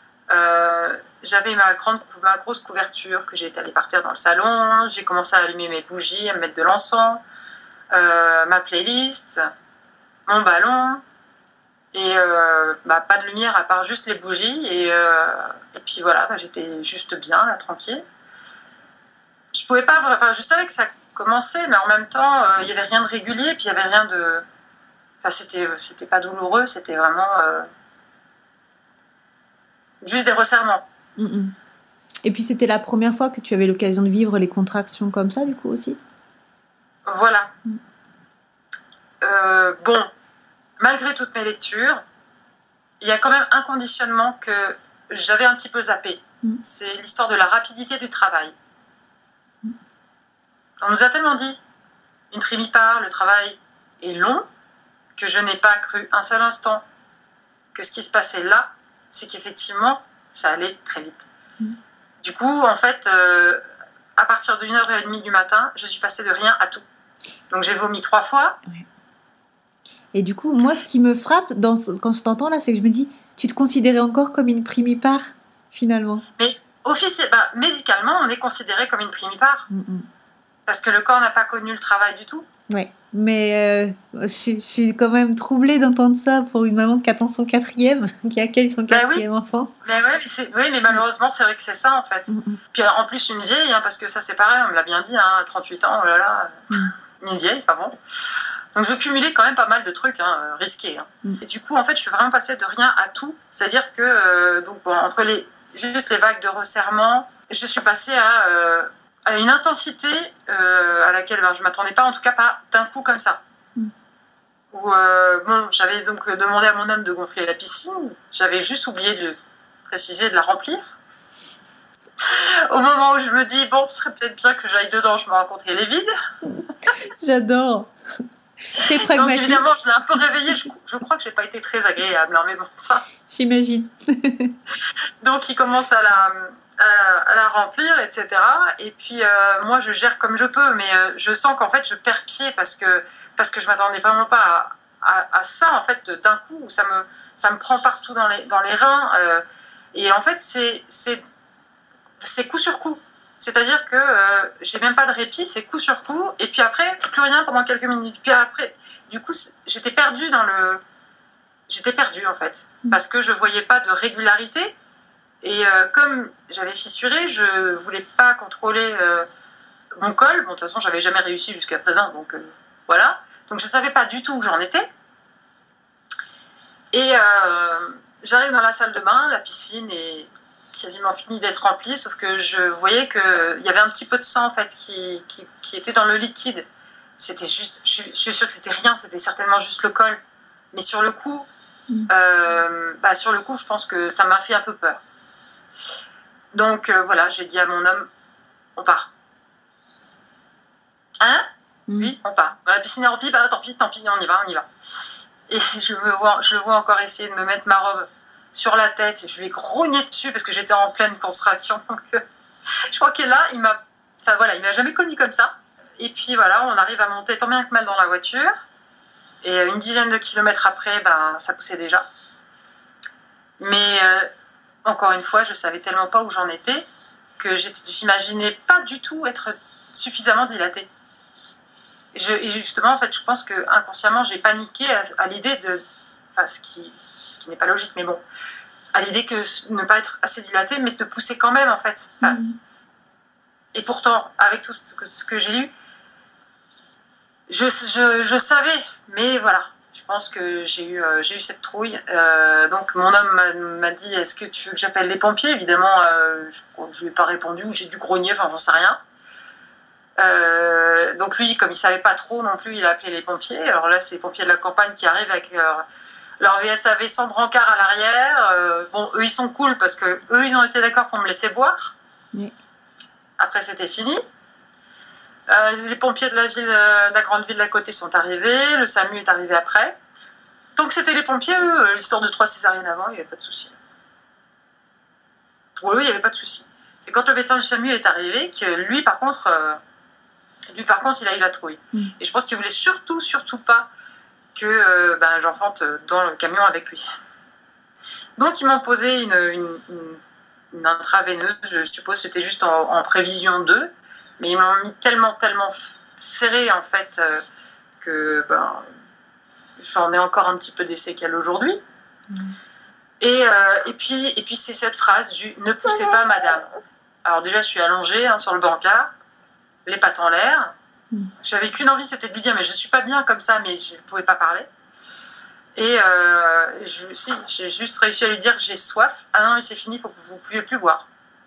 Euh, j'avais ma grande, ma grosse couverture que j'ai étalée par terre dans le salon. J'ai commencé à allumer mes bougies, à me mettre de l'encens, euh, ma playlist. Mon ballon et euh, bah, pas de lumière à part juste les bougies et, euh, et puis voilà, bah, j'étais juste bien là, tranquille. Je pouvais pas, enfin, je savais que ça commençait, mais en même temps il euh, y avait rien de régulier, puis il y avait rien de, enfin c'était c'était pas douloureux, c'était vraiment euh... juste des resserrements. Mmh. Et puis c'était la première fois que tu avais l'occasion de vivre les contractions comme ça, du coup aussi. Voilà. Mmh. Euh, bon, malgré toutes mes lectures, il y a quand même un conditionnement que j'avais un petit peu zappé. Mmh. C'est l'histoire de la rapidité du travail. Mmh. On nous a tellement dit, une primipare, le travail est long, que je n'ai pas cru un seul instant que ce qui se passait là, c'est qu'effectivement, ça allait très vite. Mmh. Du coup, en fait, euh, à partir d'une heure trente du matin, je suis passée de rien à tout. Donc j'ai vomi trois fois. Oui. Et du coup, moi, ce qui me frappe dans ce, quand je t'entends là, c'est que je me dis, tu te considérais encore comme une primipare, finalement. Mais officiellement, bah, médicalement, on est considéré comme une primipare. Mm-hmm. Parce que le corps n'a pas connu le travail du tout. Oui, mais euh, je, je suis quand même troublée d'entendre ça pour une maman qui attend son quatrième, qui accueille son quatrième bah oui. enfant. Bah ouais, mais c'est, oui, mais malheureusement, c'est vrai que c'est ça, en fait. Mm-hmm. Puis en plus, une vieille, hein, parce que ça, c'est pareil, on me l'a bien dit, hein, trente-huit ans, oh là là, mm. une vieille, enfin bon. Donc je cumulais quand même pas mal de trucs hein, risqués. Hein. Mm. Et du coup, en fait, je suis vraiment passée de rien à tout. C'est-à-dire que, euh, donc, bon, entre les, juste les vagues de resserrement, je suis passée à, euh, à une intensité euh, à laquelle ben, je ne m'attendais pas, en tout cas pas d'un coup comme ça. Mm. Où, euh, bon, j'avais donc demandé à mon homme de gonfler la piscine. J'avais juste oublié de préciser de la remplir. Au moment où je me dis, bon, ce serait peut-être bien que j'aille dedans, je me rends compte qu'elle est vide. J'adore. C'est pragmatique. Donc évidemment, je l'ai un peu réveillée. Je, je crois que je n'ai pas été très agréable, hein, mais bon, ça. J'imagine. Donc il commence à la, à, à la remplir, et cetera. Et puis euh, moi, je gère comme je peux, mais euh, je sens qu'en fait, je perds pied parce que, parce que je ne m'attendais vraiment pas à, à, à ça, en fait, d'un coup, où ça me, ça me prend partout dans les, dans les reins. Euh, et en fait, c'est, c'est, c'est coup sur coup. C'est-à-dire que euh, j'ai même pas de répit, c'est coup sur coup, et puis après, plus rien pendant quelques minutes. Puis après, du coup, j'étais perdue dans le... J'étais perdue, en fait, parce que je voyais pas de régularité, et euh, comme j'avais fissuré, je voulais pas contrôler euh, mon col. Bon, de toute façon, j'avais jamais réussi jusqu'à présent, donc euh, voilà. Donc je savais pas du tout où j'en étais. Et euh, j'arrive dans la salle de bain, la piscine est quasiment fini d'être remplie, sauf que je voyais qu'il y avait un petit peu de sang en fait qui, qui, qui était dans le liquide. c'était juste, je, je suis sûre que c'était rien, c'était certainement juste le col. Mais sur le coup, mmh. euh, bah, sur le coup, je pense que ça m'a fait un peu peur. Donc euh, voilà, j'ai dit à mon homme, on part. Hein ? Mmh. Oui, on part. La piscine est remplie, bah tant pis, tant pis, on y va, on y va. Et je, me vois, je le vois encore essayer de me mettre ma robe sur la tête. Je lui ai grogné dessus parce que j'étais en pleine construction. Donc, euh, je crois que là, il m'a, enfin voilà, il m'a jamais connu comme ça. Et puis voilà, on arrive à monter tant bien que mal dans la voiture. Et une dizaine de kilomètres après, ben, ça poussait déjà. Mais euh, encore une fois, je savais tellement pas où j'en étais que j'imaginais pas du tout être suffisamment dilatée. Je, et justement, en fait, je pense que inconsciemment, j'ai paniqué à, à l'idée de, enfin, ce qui, ce qui n'est pas logique, mais bon, à l'idée que ne pas être assez dilatée, mais de pousser quand même, en fait. Enfin, mmh. Et pourtant, avec tout ce que, ce que j'ai lu, je, je, je savais, mais voilà, je pense que j'ai eu, euh, j'ai eu cette trouille. Euh, donc, mon homme m'a, m'a dit, est-ce que tu veux que j'appelle les pompiers ? Évidemment, euh, je ne lui ai pas répondu, ou j'ai dû grogner, enfin, j'en sais rien. Euh, donc lui, comme il savait pas trop non plus, il a appelé les pompiers. Alors là, c'est les pompiers de la campagne qui arrivent avec leur, leur V S A V sans brancard à l'arrière. Euh, bon, eux, ils sont cool parce que eux, ils ont été d'accord pour me laisser boire. Oui. Après, c'était fini. Euh, les pompiers de la ville, de la grande ville d'à côté sont arrivés. Le SAMU est arrivé après. Tant que c'était les pompiers, eux, l'histoire de trois césariennes avant, il n'y avait pas de souci. Pour eux, il n'y avait pas de souci. C'est quand le médecin du SAMU est arrivé que lui, par contre, euh, lui, par contre, il a eu la trouille. Mmh. Et je pense qu'il voulait surtout, surtout pas que euh, ben, j'enfante dans le camion avec lui. Donc, ils m'ont posé une, une, une, une intraveineuse. Je suppose que c'était juste en, en prévision d'eux. Mais ils m'ont mis tellement, tellement serré, en fait, euh, que ben, j'en ai encore un petit peu des séquelles aujourd'hui. Mmh. Et, euh, et, puis, et puis, c'est cette phrase du « ne poussez pas, madame ». Alors déjà, je suis allongée hein, sur le brancard, les pattes en l'air. Mmh. J'avais qu'une envie, c'était de lui dire « mais je ne suis pas bien comme ça », mais je ne pouvais pas parler. Et euh, je, si, j'ai juste réussi à lui dire « j'ai soif ». « Ah non, mais c'est fini, faut que vous ne pouviez plus boire ».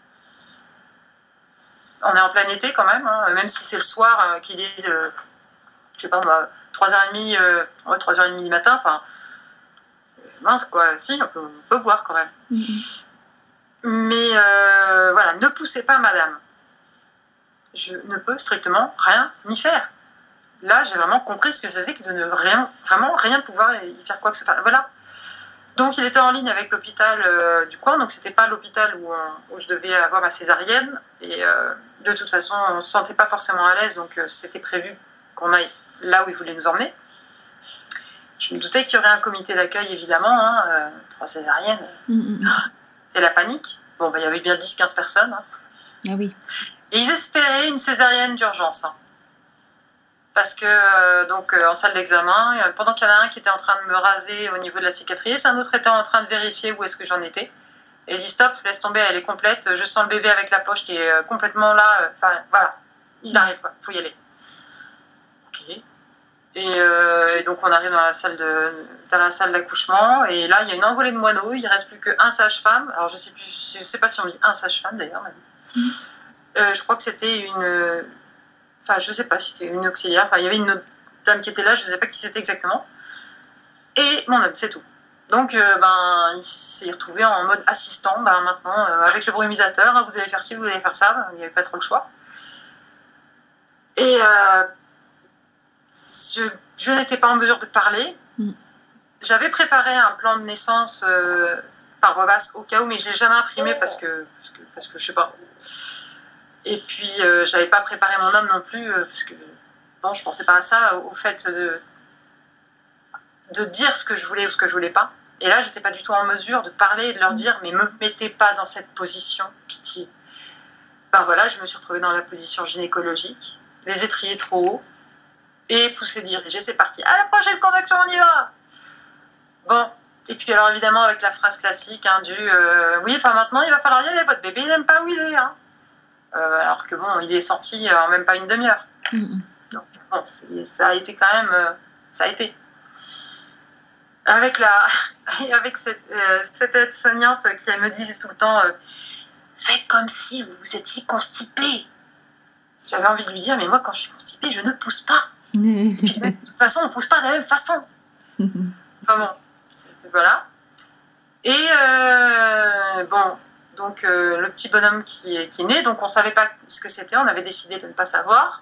On est en plein été quand même, hein, même si c'est le soir, euh, qu'il est, euh, je sais pas moi, trois heures trente, euh, ouais, trois heures trente du matin, enfin, mince quoi, si, on peut, on peut boire quand même. Mmh. Mais euh, voilà, ne poussez pas madame. Je ne peux strictement rien y faire. Là, j'ai vraiment compris ce que c'était que de ne rien, vraiment rien pouvoir y faire quoi que ce soit. Voilà. Donc, il était en ligne avec l'hôpital euh, du coin, donc c'était pas l'hôpital où, où je devais avoir ma césarienne. Et euh, de toute façon, on se sentait pas forcément à l'aise, donc euh, c'était prévu qu'on aille là où il voulait nous emmener. Je me doutais qu'il y aurait un comité d'accueil, évidemment, hein, euh, trois césariennes. Mm-hmm. C'est la panique. Bon, bah, il y avait bien dix à quinze personnes. Hein. Ah oui. Et ils espéraient une césarienne d'urgence. Hein. Parce que, euh, donc, euh, en salle d'examen, euh, pendant qu'il y en a un qui était en train de me raser au niveau de la cicatrice, un autre était en train de vérifier où est-ce que j'en étais. Et il dit stop, laisse tomber, elle est complète. Je sens le bébé avec la poche qui est euh, complètement là. Enfin, euh, voilà. Il arrive, quoi. Faut y aller. Ok. Et, euh, et donc, on arrive dans la salle de, dans la salle d'accouchement. Et là, il y a une envolée de moineaux. Il ne reste plus qu'un sage-femme. Alors, je ne sais plus, je sais pas si on dit un sage-femme, d'ailleurs. Même. Mmh. Euh, je crois que c'était une... Enfin, je ne sais pas si c'était une auxiliaire. Enfin, il y avait une autre dame qui était là. Je ne sais pas qui c'était exactement. Et mon homme, c'est tout. Donc, euh, ben, il s'est retrouvé en mode assistant. Ben, maintenant, euh, avec le brumisateur, hein, vous allez faire ci, vous allez faire ça. Ben, il n'y avait pas trop le choix. Et... Euh, Je, je n'étais pas en mesure de parler. Mm. J'avais préparé un plan de naissance euh, par voie basse au cas où, mais je ne l'ai jamais imprimé parce que, parce que, parce que je ne sais pas. Et puis, euh, je n'avais pas préparé mon homme non plus euh, parce que bon, je ne pensais pas à ça, au fait de, de dire ce que je voulais ou ce que je ne voulais pas. Et là, je n'étais pas du tout en mesure de parler et de leur dire « mais ne me mettez pas dans cette position, pitié ». Ben voilà, je me suis retrouvée dans la position gynécologique, les étriers trop hauts. Et pousser, diriger, c'est parti. À la prochaine convection, on y va. Bon, et puis alors évidemment avec la phrase classique hein, du euh, oui, enfin maintenant il va falloir y aller, votre bébé il n'aime pas où il est. Hein. Euh, alors que bon, il est sorti en même pas une demi-heure. Mm-hmm. Donc bon, c'est, ça a été quand même, euh, ça a été. Avec la, avec cette, euh, cette aide-soignante qui me disait tout le temps, euh, faites comme si vous étiez constipé. J'avais envie de lui dire, mais moi quand je suis constipée, je ne pousse pas. Et puis, de toute façon, on pousse pas de la même façon. Enfin bon, voilà. Et euh, bon, donc euh, le petit bonhomme qui, qui est né, donc on savait pas ce que c'était, on avait décidé de ne pas savoir.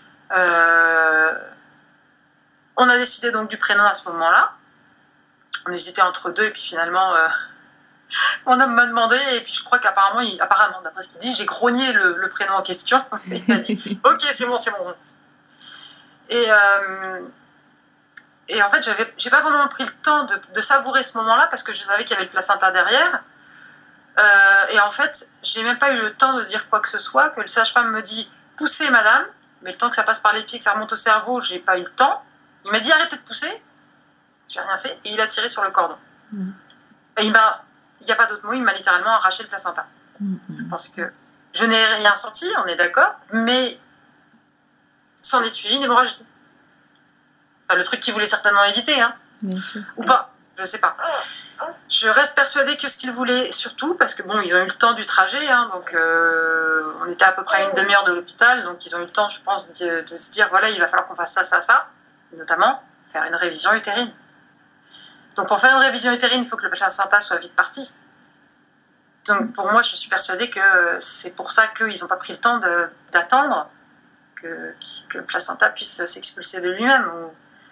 Euh, on a décidé donc du prénom à ce moment-là. On hésitait entre deux et puis finalement, euh, mon homme m'a demandé et puis je crois qu'apparemment, il, apparemment, d'après ce qu'il dit, j'ai grogné le, le prénom en question. Il m'a dit, ok, c'est bon, c'est bon. Et euh, Et en fait, j'avais, j'ai pas vraiment pris le temps de, de savourer ce moment-là parce que je savais qu'il y avait le placenta derrière. Euh, et en fait, j'ai même pas eu le temps de dire quoi que ce soit, que le sage-femme me dit « Poussez, madame », mais le temps que ça passe par les pieds, que ça remonte au cerveau, j'ai pas eu le temps. Il m'a dit « Arrêtez de pousser ». J'ai rien fait et il a tiré sur le cordon. Mmh. Et il m'a, il n'y a pas d'autre mot, il m'a littéralement arraché le placenta. Mmh. Je pense que je n'ai rien senti, on est d'accord, mais s'en est suivi une hémorragie. Enfin, le truc qu'il voulait certainement éviter, hein. Ou pas, je sais pas. Je reste persuadée que ce qu'il voulait, surtout, parce que bon, ils ont eu le temps du trajet, hein, donc euh, on était à peu près à une demi-heure de l'hôpital, donc ils ont eu le temps, je pense, de, de se dire, voilà, il va falloir qu'on fasse ça, ça, ça, notamment faire une révision utérine. Donc pour faire une révision utérine, il faut que le placenta soit vite parti. Donc pour moi, je suis persuadée que c'est pour ça qu'ils n'ont pas pris le temps de, d'attendre que, que le placenta puisse s'expulser de lui-même. Ou...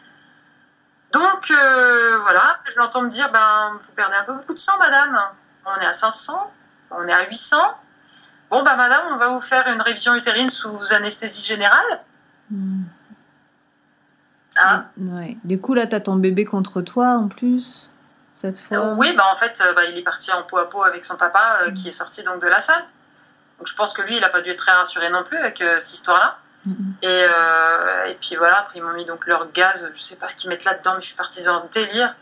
Donc euh, voilà, je l'entends me dire, ben, vous perdez un peu beaucoup de sang, madame. On est à cinq cents, on est à huit cents. Bon, ben madame, on va vous faire une révision utérine sous anesthésie générale. Mmh. Ah. Ouais. Du coup, là, tu as ton bébé contre toi en plus, cette fois. Euh, oui, bah, en fait, euh, bah, il est parti en peau à peau avec son papa euh, mmh. qui est sorti donc, de la salle. Donc je pense que lui, il n'a pas dû être très rassuré non plus avec euh, cette histoire-là. Mmh. Et, euh, et puis voilà, après ils m'ont mis donc leur gaz, je ne sais pas ce qu'ils mettent là-dedans, mais je suis partie dans un délire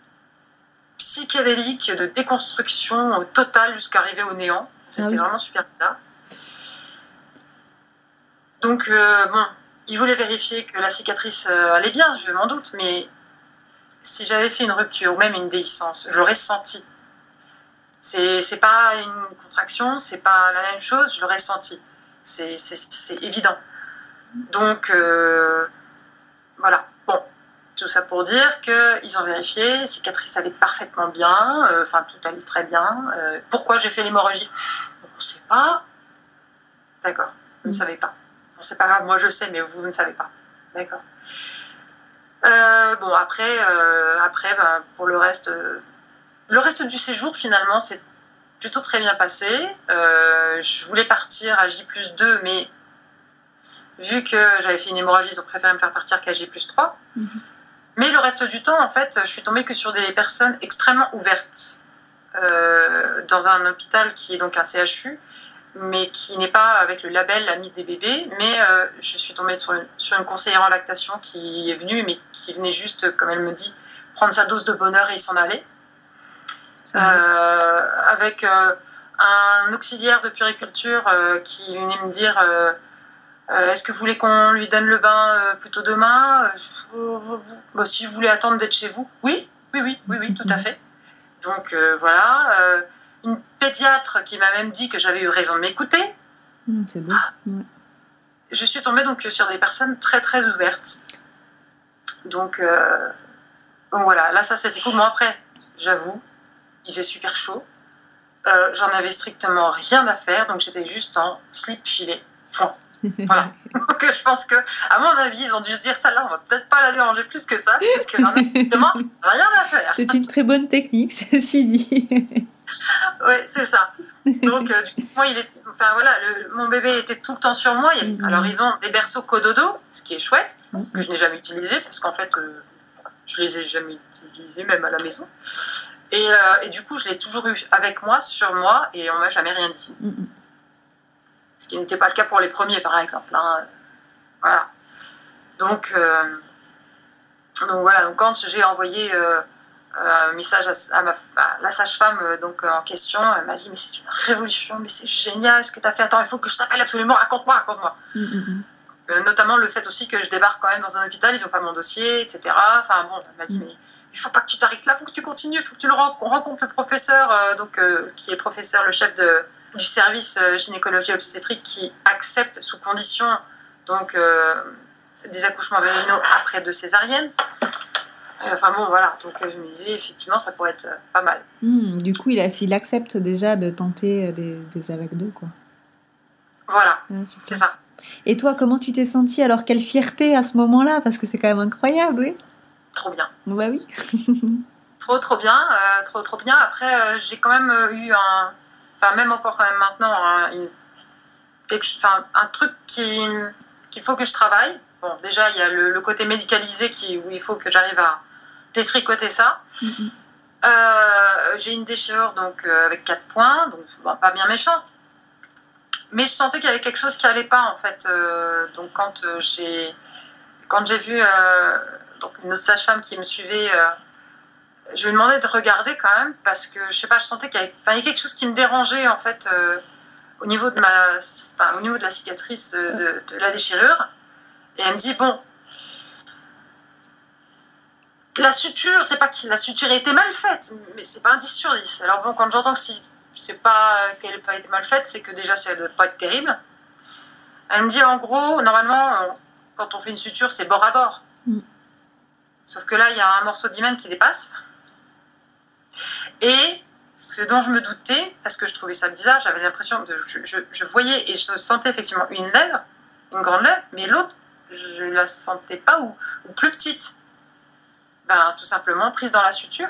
psychédélique de déconstruction totale jusqu'à arriver au néant. C'était ah oui. vraiment super bizarre. Donc euh, bon, ils voulaient vérifier que la cicatrice euh, allait bien, je m'en doute, mais si j'avais fait une rupture ou même une déhiscence, je l'aurais senti. C'est, c'est pas une contraction, c'est pas la même chose, je l'aurais senti. C'est, c'est, c'est évident. Donc, euh, voilà. Bon, tout ça pour dire qu'ils ont vérifié, la cicatrice allait parfaitement bien, enfin, euh, tout allait très bien. Euh, pourquoi j'ai fait l'hémorragie ? On ne sait pas. D'accord, vous ne savez pas. Bon, c'est pas grave, moi je sais, mais vous, vous ne savez pas. D'accord. Euh, bon, après, euh, après ben, pour le reste, euh, le reste du séjour, finalement, c'est plutôt très bien passé. Euh, je voulais partir à J plus deux, mais vu que j'avais fait une hémorragie, ils ont préféré me faire partir qu'à J plus trois. Mmh. Mais le reste du temps, en fait, je suis tombée que sur des personnes extrêmement ouvertes euh, dans un hôpital qui est donc un C H U, mais qui n'est pas avec le label Amis des bébés. Mais euh, je suis tombée sur une, sur une conseillère en lactation qui est venue, mais qui venait juste, comme elle me dit, prendre sa dose de bonheur et s'en aller. Euh, avec euh, un auxiliaire de puériculture euh, qui venait me dire... Euh, Euh, est-ce que vous voulez qu'on lui donne le bain euh, plutôt demain euh, bah, si vous voulez attendre d'être chez vous. Oui, oui, oui, oui, oui, tout à fait. Donc euh, voilà. Euh, une pédiatre qui m'a même dit que j'avais eu raison de m'écouter. Mmh, c'est beau. Ah. Ouais. Je suis tombée donc sur des personnes très très ouvertes. Donc, euh, donc voilà, là ça c'était cool. Bon après, j'avoue, il faisait super chaud. Euh, j'en avais strictement rien à faire, donc j'étais juste en slip filet. Point. Voilà. Donc je pense que, à mon avis, ils ont dû se dire ça là, on va peut-être pas la déranger plus que ça, parce que vraiment, rien à faire. C'est une très bonne technique, ceci dit. Oui, c'est ça. Donc, euh, du coup, moi, il est, enfin voilà, le, mon bébé était tout le temps sur moi. Il y avait, mmh. Alors, ils ont des berceaux cododo, ce qui est chouette, mmh. que je n'ai jamais utilisé, parce qu'en fait, euh, je les ai jamais utilisés, même à la maison. Et, euh, et du coup, je l'ai toujours eu avec moi, sur moi, et on m'a jamais rien dit. Mmh. Ce qui n'était pas le cas pour les premiers, par exemple. Hein. Voilà. Donc, euh, donc voilà. Donc quand j'ai envoyé euh, un message à, à, ma, à la sage-femme euh, donc en question, elle m'a dit mais c'est une révolution, mais c'est génial ce que tu as fait. Attends, il faut que je t'appelle absolument. Raconte-moi, raconte-moi. Mm-hmm. Euh, notamment le fait aussi que je débarque quand même dans un hôpital, ils n'ont pas mon dossier, et cetera. Enfin bon, elle m'a dit mm-hmm. mais il faut pas que tu t'arrêtes là, il faut que tu continues, il faut que tu le rencontres le professeur, euh, donc euh, qui est professeur, le chef de du service euh, gynécologie obstétrique qui accepte sous condition donc euh, des accouchements vaginaux après deux césariennes. Enfin bon, voilà. Donc je me disais, effectivement, ça pourrait être pas mal. Mmh, du coup, il, a, il accepte déjà de tenter des, des avec deux, quoi. Voilà, ouais, c'est ça. Et toi, comment tu t'es sentie? Alors, quelle fierté à ce moment-là? Parce que c'est quand même incroyable, oui. Trop bien. Bah oui. trop, trop bien. Euh, trop, trop bien. Après, euh, j'ai quand même eu un... Enfin, même encore quand même maintenant, un, une... Quelque... enfin, un truc qui... qu'il faut que je travaille. Bon, déjà, il y a le, le côté médicalisé qui... où il faut que j'arrive à détricoter ça. Mm-hmm. Euh, j'ai une déchirure donc, euh, avec quatre points, donc bon, pas bien méchant. Mais je sentais qu'il y avait quelque chose qui allait pas, en fait. Euh, donc, quand euh, j'ai... Quand j'ai vu euh, donc une autre sage-femme qui me suivait, euh, je lui ai demandé de regarder quand même, parce que, je sais pas, je sentais qu'il y avait, enfin, il y avait quelque chose qui me dérangeait, en fait, euh, au, niveau de ma, enfin, au niveau de la cicatrice de, de, de la déchirure. Et elle me dit, bon, la suture, c'est pas que la suture a été mal faite, mais c'est pas un dix sur dix. Alors bon, quand j'entends que si c'est pas qu'elle n'a pas été mal faite, c'est que déjà, ça ne doit pas être terrible. Elle me dit, en gros, normalement... quand on fait une suture, c'est bord à bord. Mm. Sauf que là, il y a un morceau d'hymen qui dépasse. Et ce dont je me doutais, parce que je trouvais ça bizarre, j'avais l'impression de... Je, je, je voyais et je sentais effectivement une lèvre, une grande lèvre, mais l'autre, je ne la sentais pas ou, ou plus petite. Ben, tout simplement prise dans la suture.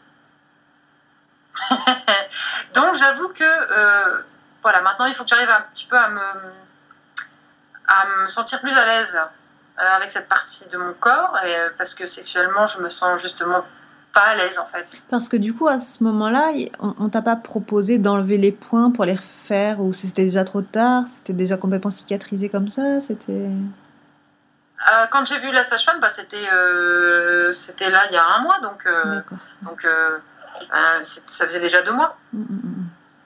Donc, j'avoue que... Euh, voilà, maintenant, il faut que j'arrive un petit peu à me... à me sentir plus à l'aise avec cette partie de mon corps, et parce que sexuellement je me sens justement pas à l'aise en fait. Parce que du coup à ce moment-là on, on t'a pas proposé d'enlever les points pour les refaire, ou c'était déjà trop tard, c'était déjà complètement cicatrisé comme ça, c'était... Euh, quand j'ai vu la sage-femme, bah, c'était, euh, c'était là il y a un mois, donc, euh, donc euh, euh, ça faisait déjà deux mois. Mm-hmm.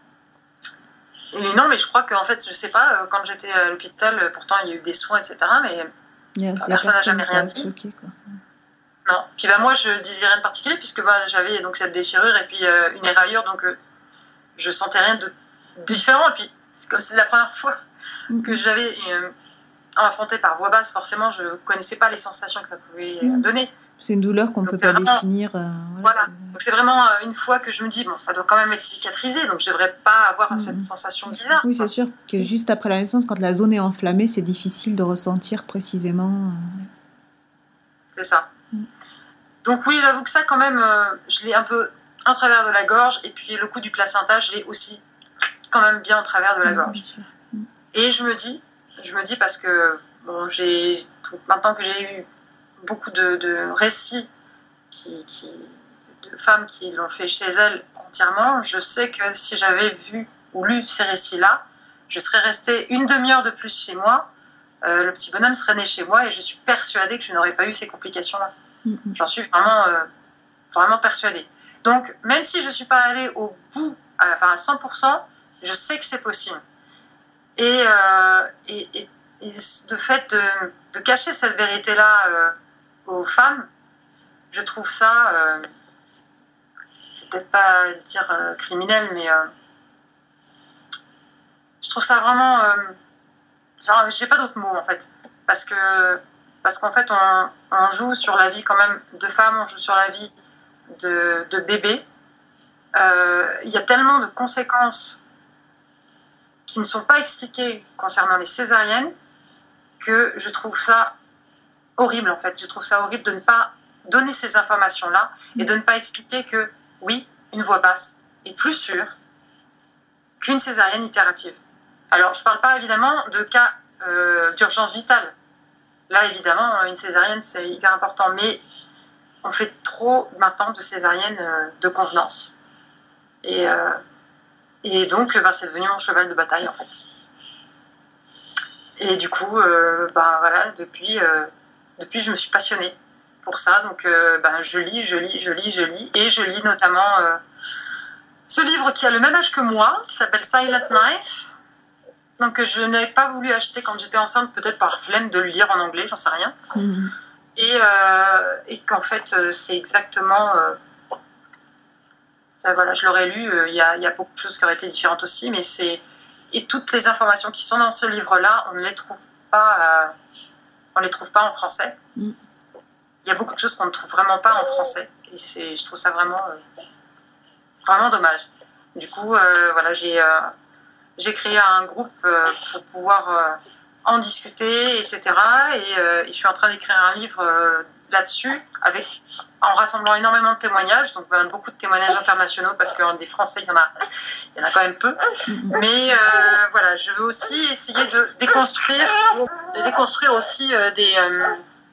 Et non, mais je crois qu'en fait, je sais pas, quand j'étais à l'hôpital, pourtant il y a eu des soins, et cetera, mais yeah, personne n'a jamais rien dit. Okay, quoi. Non. Puis bah, moi, je disais rien de particulier, puisque bah, j'avais donc cette déchirure et puis euh, une éraillure, donc euh, je sentais rien de différent. Et puis, c'est comme c'est la première fois mm-hmm. que j'avais euh, affronté par voix basse, forcément, je connaissais pas les sensations que ça pouvait mm-hmm. donner. C'est une douleur qu'on ne peut pas vraiment... définir. Euh, voilà. voilà. C'est... Donc c'est vraiment euh, une fois que je me dis, bon, ça doit quand même être cicatrisé, donc je ne devrais pas avoir mmh. cette sensation bizarre. Oui, c'est sûr que juste après la naissance, quand la zone est enflammée, c'est difficile de ressentir précisément. Euh... C'est ça. Mmh. Donc oui, j'avoue que ça, quand même, euh, je l'ai un peu en travers de la gorge, et puis le coup du placenta, je l'ai aussi quand même bien en travers de la mmh, gorge. Mmh. Et je me dis, je me dis parce que bon, j'ai maintenant que j'ai eu beaucoup de, de récits qui, qui, de femmes qui l'ont fait chez elles entièrement, je sais que si j'avais vu ou lu ces récits-là, je serais restée une demi-heure de plus chez moi, euh, le petit bonhomme serait né chez moi et je suis persuadée que je n'aurais pas eu ces complications-là. Mm-hmm. J'en suis vraiment, euh, vraiment persuadée. Donc, même si je ne suis pas allée au bout, à, enfin à cent pour cent, je sais que c'est possible. Et, euh, et, et, et de fait de, de cacher cette vérité-là euh, aux femmes, je trouve ça, euh, c'est peut-être pas dire euh, criminel, mais euh, je trouve ça vraiment, euh, genre, j'ai pas d'autres mots en fait, parce que parce qu'en fait on, on joue sur la vie quand même de femmes, on joue sur la vie de, de bébés. Euh, il y a tellement de conséquences qui ne sont pas expliquées concernant les césariennes que je trouve ça horrible en fait. Je trouve ça horrible de ne pas donner ces informations-là et de ne pas expliquer que, oui, une voix basse est plus sûre qu'une césarienne itérative. Alors, je ne parle pas évidemment de cas euh, d'urgence vitale. Là, évidemment, une césarienne, c'est hyper important, mais on fait trop maintenant de césariennes euh, de convenance. Et, euh, et donc, bah, c'est devenu mon cheval de bataille, en fait. Et du coup, euh, bah, voilà, depuis... Euh, Depuis, je me suis passionnée pour ça. Donc, euh, ben, je lis, je lis, je lis, je lis. Et je lis notamment euh, ce livre qui a le même âge que moi, qui s'appelle Silent Knife. Donc, je n'avais pas voulu acheter quand j'étais enceinte, peut-être par flemme de le lire en anglais, j'en sais rien. Mmh. Et, euh, et qu'en fait, c'est exactement... Euh, ben, voilà, je l'aurais lu. Il euh, y, a, y a beaucoup de choses qui auraient été différentes aussi. Mais c'est... Et toutes les informations qui sont dans ce livre-là, on ne les trouve pas... Euh, on les trouve pas en français. Mm. Il y a beaucoup de choses qu'on ne trouve vraiment pas en français. Et c'est, je trouve ça vraiment, euh, vraiment dommage. Du coup, euh, voilà, j'ai, euh, j'ai créé un groupe euh, pour pouvoir euh, en discuter, et cetera. Et, euh, et je suis en train d'écrire un livre euh, là-dessus, avec, en rassemblant énormément de témoignages, donc ben, beaucoup de témoignages internationaux, parce que des Français, il y en a, il y en a quand même peu. Mais euh, voilà, je veux aussi essayer de déconstruire, de déconstruire aussi euh, des, euh,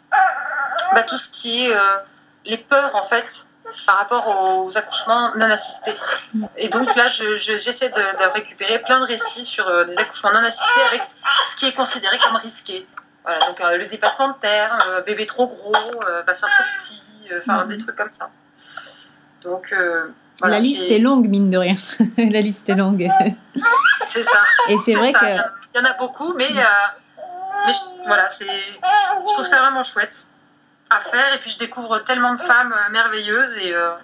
bah, tout ce qui est euh, les peurs, en fait, par rapport aux accouchements non assistés. Et donc là, je, je, j'essaie de, de récupérer plein de récits sur euh, des accouchements non assistés avec ce qui est considéré comme risqué. Voilà, donc euh, le dépassement de terre, euh, bébé trop gros, euh, bassin trop petit, enfin euh, mmh. des trucs comme ça. Donc euh, voilà, la liste j'ai... est longue, mine de rien. La liste est longue. C'est ça. Et c'est, c'est vrai ça. que il y en a beaucoup, mais, euh, mais je, voilà, c'est, je trouve ça vraiment chouette à faire. Et puis je découvre tellement de femmes euh, merveilleuses et euh,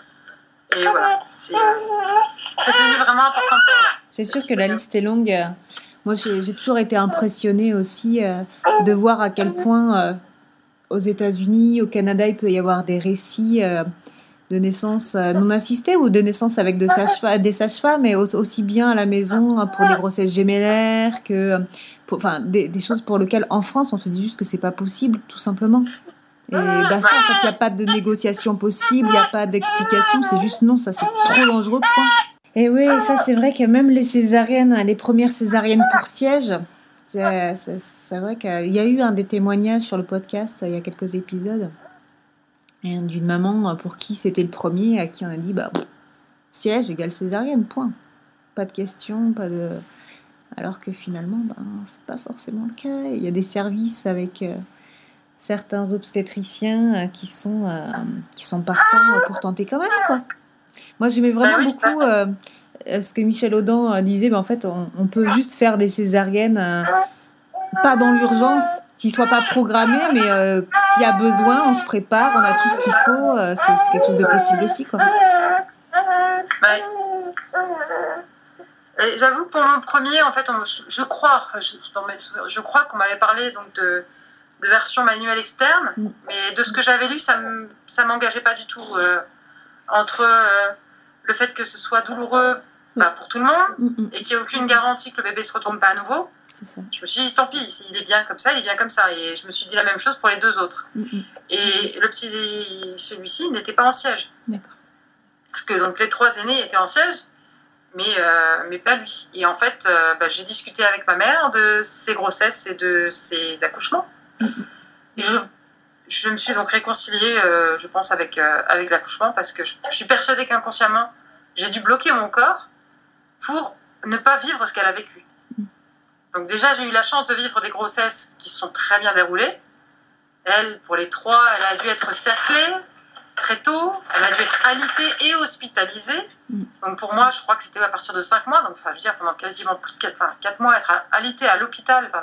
et voilà, c'est, euh, c'est devenu vraiment important pour moi. C'est sûr que la liste est longue. Moi, j'ai, j'ai toujours été impressionnée aussi euh, de voir à quel point euh, aux États-Unis, au Canada, il peut y avoir des récits euh, de naissance euh, non assistées ou de naissance avec de sage- des sages-femmes, mais aussi bien à la maison pour des grossesses gémellaires que, pour, enfin, des, des choses pour lesquelles en France, on se dit juste que c'est pas possible, tout simplement. Et basta, en fait, il n'y a pas de négociation possible, il n'y a pas d'explication, c'est juste non, ça c'est trop dangereux, point. Et oui, ça c'est vrai que même les césariennes, les premières césariennes pour siège, c'est, c'est, c'est vrai qu'il y a eu un des témoignages sur le podcast il y a quelques épisodes et d'une maman pour qui c'était le premier, à qui on a dit bah, siège égale césarienne, point. Pas de question, pas de... Alors que finalement, ben, c'est pas forcément le cas. Il y a des services avec euh, certains obstétriciens euh, qui, sont, euh, qui sont partants pour tenter quand même, quoi. Moi, j'aimais vraiment beaucoup euh, ce que Michel Audin euh, disait. Ben, en fait, on, on peut juste faire des césariennes, euh, pas dans l'urgence, qui ne soient pas programmées, mais euh, s'il y a besoin, on se prépare, on a tout ce qu'il faut. Euh, c'est, c'est quelque chose de possible aussi, quoi. Ouais. Et j'avoue, pour mon premier, en fait, on, je, je crois, je, dans mes souvenirs, je crois qu'on m'avait parlé donc de, de version manuelle externe, mm. mais de ce que j'avais lu, ça ne ça m'engageait pas du tout. Euh, entre euh, le fait que ce soit douloureux bah, pour tout le monde mm-hmm. et qu'il n'y ait aucune garantie que le bébé ne se retourne pas à nouveau, je me suis dit tant pis, il est bien comme ça, il est bien comme ça. Et je me suis dit la même chose pour les deux autres. Mm-hmm. Et le petit, celui-ci n'était pas en siège. D'accord. Parce que donc, les trois aînés étaient en siège, mais, euh, mais pas lui. Et en fait, euh, bah, j'ai discuté avec ma mère de ses grossesses et de ses accouchements. Mm-hmm. Et je Je me suis donc réconciliée, euh, je pense, avec, euh, avec l'accouchement parce que je, je suis persuadée qu'inconsciemment, j'ai dû bloquer mon corps pour ne pas vivre ce qu'elle a vécu. Donc déjà, j'ai eu la chance de vivre des grossesses qui se sont très bien déroulées. Elle, pour les trois, elle a dû être cerclée très tôt, elle a dû être alitée et hospitalisée. Donc pour moi, je crois que c'était à partir de cinq mois, donc enfin, je veux dire, pendant quasiment plus de quatre, enfin, quatre mois, être alitée à l'hôpital, enfin,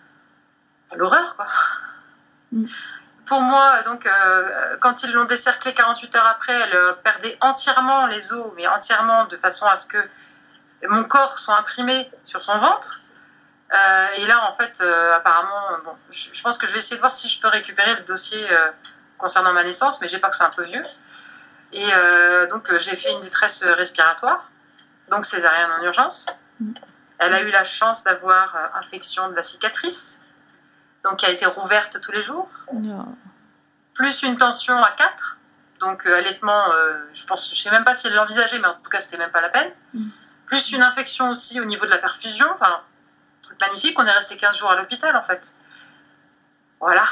l'horreur, quoi. Mm. Pour moi, donc, euh, quand ils l'ont décerclée quarante-huit heures après, elle euh, perdait entièrement les os, mais entièrement de façon à ce que mon corps soit imprimé sur son ventre. Euh, et là, en fait, euh, apparemment, bon, je, je pense que je vais essayer de voir si je peux récupérer le dossier euh, concernant ma naissance, mais j'ai peur que ce soit un peu vieux. Et euh, donc, euh, j'ai fait une détresse respiratoire, donc césarienne en urgence. Elle a eu la chance d'avoir euh, infection de la cicatrice, donc qui a été rouverte tous les jours, no. plus une tension à quatre, donc euh, allaitement, euh, je pense, je sais même pas si elle l'envisageait, mais en tout cas c'était même pas la peine, mm. plus une infection aussi au niveau de la perfusion, enfin, truc magnifique, on est resté quinze jours à l'hôpital en fait, voilà,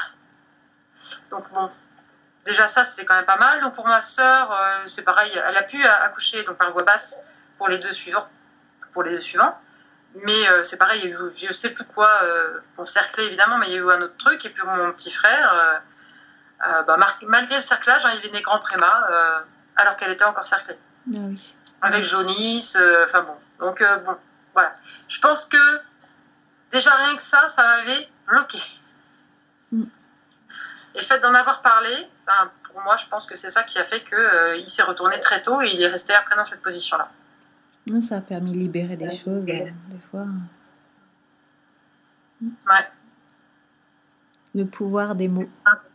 donc bon, déjà ça c'était quand même pas mal. Donc pour ma sœur, euh, c'est pareil, elle a pu accoucher donc par voie basse pour les deux suivants, pour les deux suivants. Mais euh, c'est pareil, il y a eu, je sais plus quoi, euh, bon, cerclé évidemment, mais il y a eu un autre truc. Et puis mon petit frère, euh, euh, bah, mar- malgré le cerclage, hein, il est né grand préma, euh, alors qu'elle était encore cerclée. Ah oui. Avec jaunisse, enfin euh, bon. Donc euh, bon, voilà. Je pense que déjà rien que ça, ça m'avait bloqué. Mm. Et le fait d'en avoir parlé, ben, pour moi, je pense que c'est ça qui a fait qu'il euh, s'est retourné très tôt et il est resté après dans cette position-là. Ça a permis de libérer des choses, euh, des fois. Ouais. Le pouvoir des mots.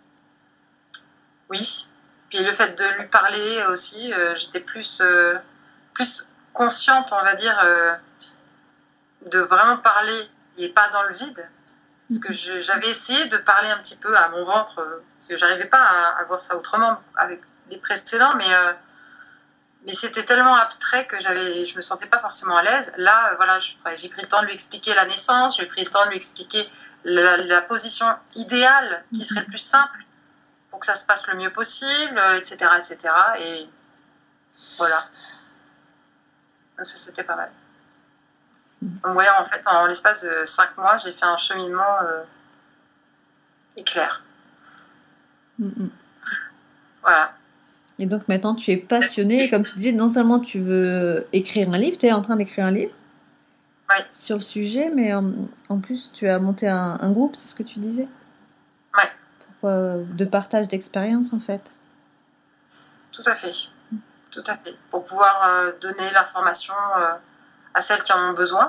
Oui. Puis le fait de lui parler aussi, euh, j'étais plus, euh, plus consciente, on va dire, euh, de vraiment parler et pas dans le vide. Parce que je, j'avais essayé de parler un petit peu à mon ventre, euh, parce que j'arrivais pas à, à voir ça autrement avec les précédents, mais, euh, mais c'était tellement abstrait que j'avais, je me sentais pas forcément à l'aise. Là, euh, voilà, je, j'ai pris le temps de lui expliquer la naissance, j'ai pris le temps de lui expliquer la, la position idéale qui serait le plus simple pour que ça se passe le mieux possible, et cetera, et cetera. Et voilà. Donc ça, c'était pas mal. Donc, ouais, en fait, en l'espace de cinq mois, j'ai fait un cheminement euh, éclair. Mm-hmm. Voilà. Et donc maintenant, tu es passionnée. Et comme tu disais, non seulement tu veux écrire un livre, tu es en train d'écrire un livre oui. sur le sujet, mais en, en plus, tu as monté un, un groupe, c'est ce que tu disais Oui. Pour, euh, de partage d'expérience, en fait. Tout à fait. Tout à fait. Pour pouvoir euh, donner l'information euh, à celles qui en ont besoin.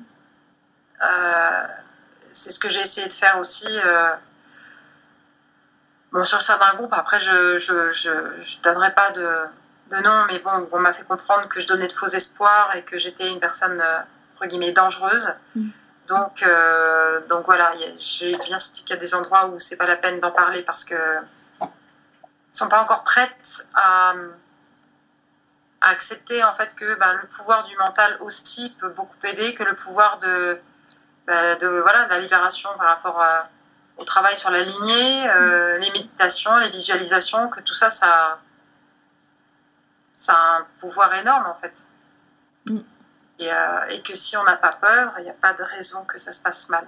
Euh, c'est ce que j'ai essayé de faire aussi. Euh, bon, sur certains groupes, après, je je, je, je donnerai pas de, de nom, mais bon, on m'a fait comprendre que je donnais de faux espoirs et que j'étais une personne, euh, entre guillemets, dangereuse. Mm. Donc, euh, donc voilà, y a, j'ai bien senti qu'il y a des endroits où c'est pas la peine d'en parler parce que ne sont pas encore prêtes à... à accepter en fait que ben, le pouvoir du mental aussi peut beaucoup aider, que le pouvoir de, ben, de voilà, la libération par rapport à, au travail sur la lignée, euh, les méditations, les visualisations, que tout ça, ça, ça a un pouvoir énorme en fait. Mm. Et, euh, et que si on n'a pas peur, il n'y a pas de raison que ça se passe mal.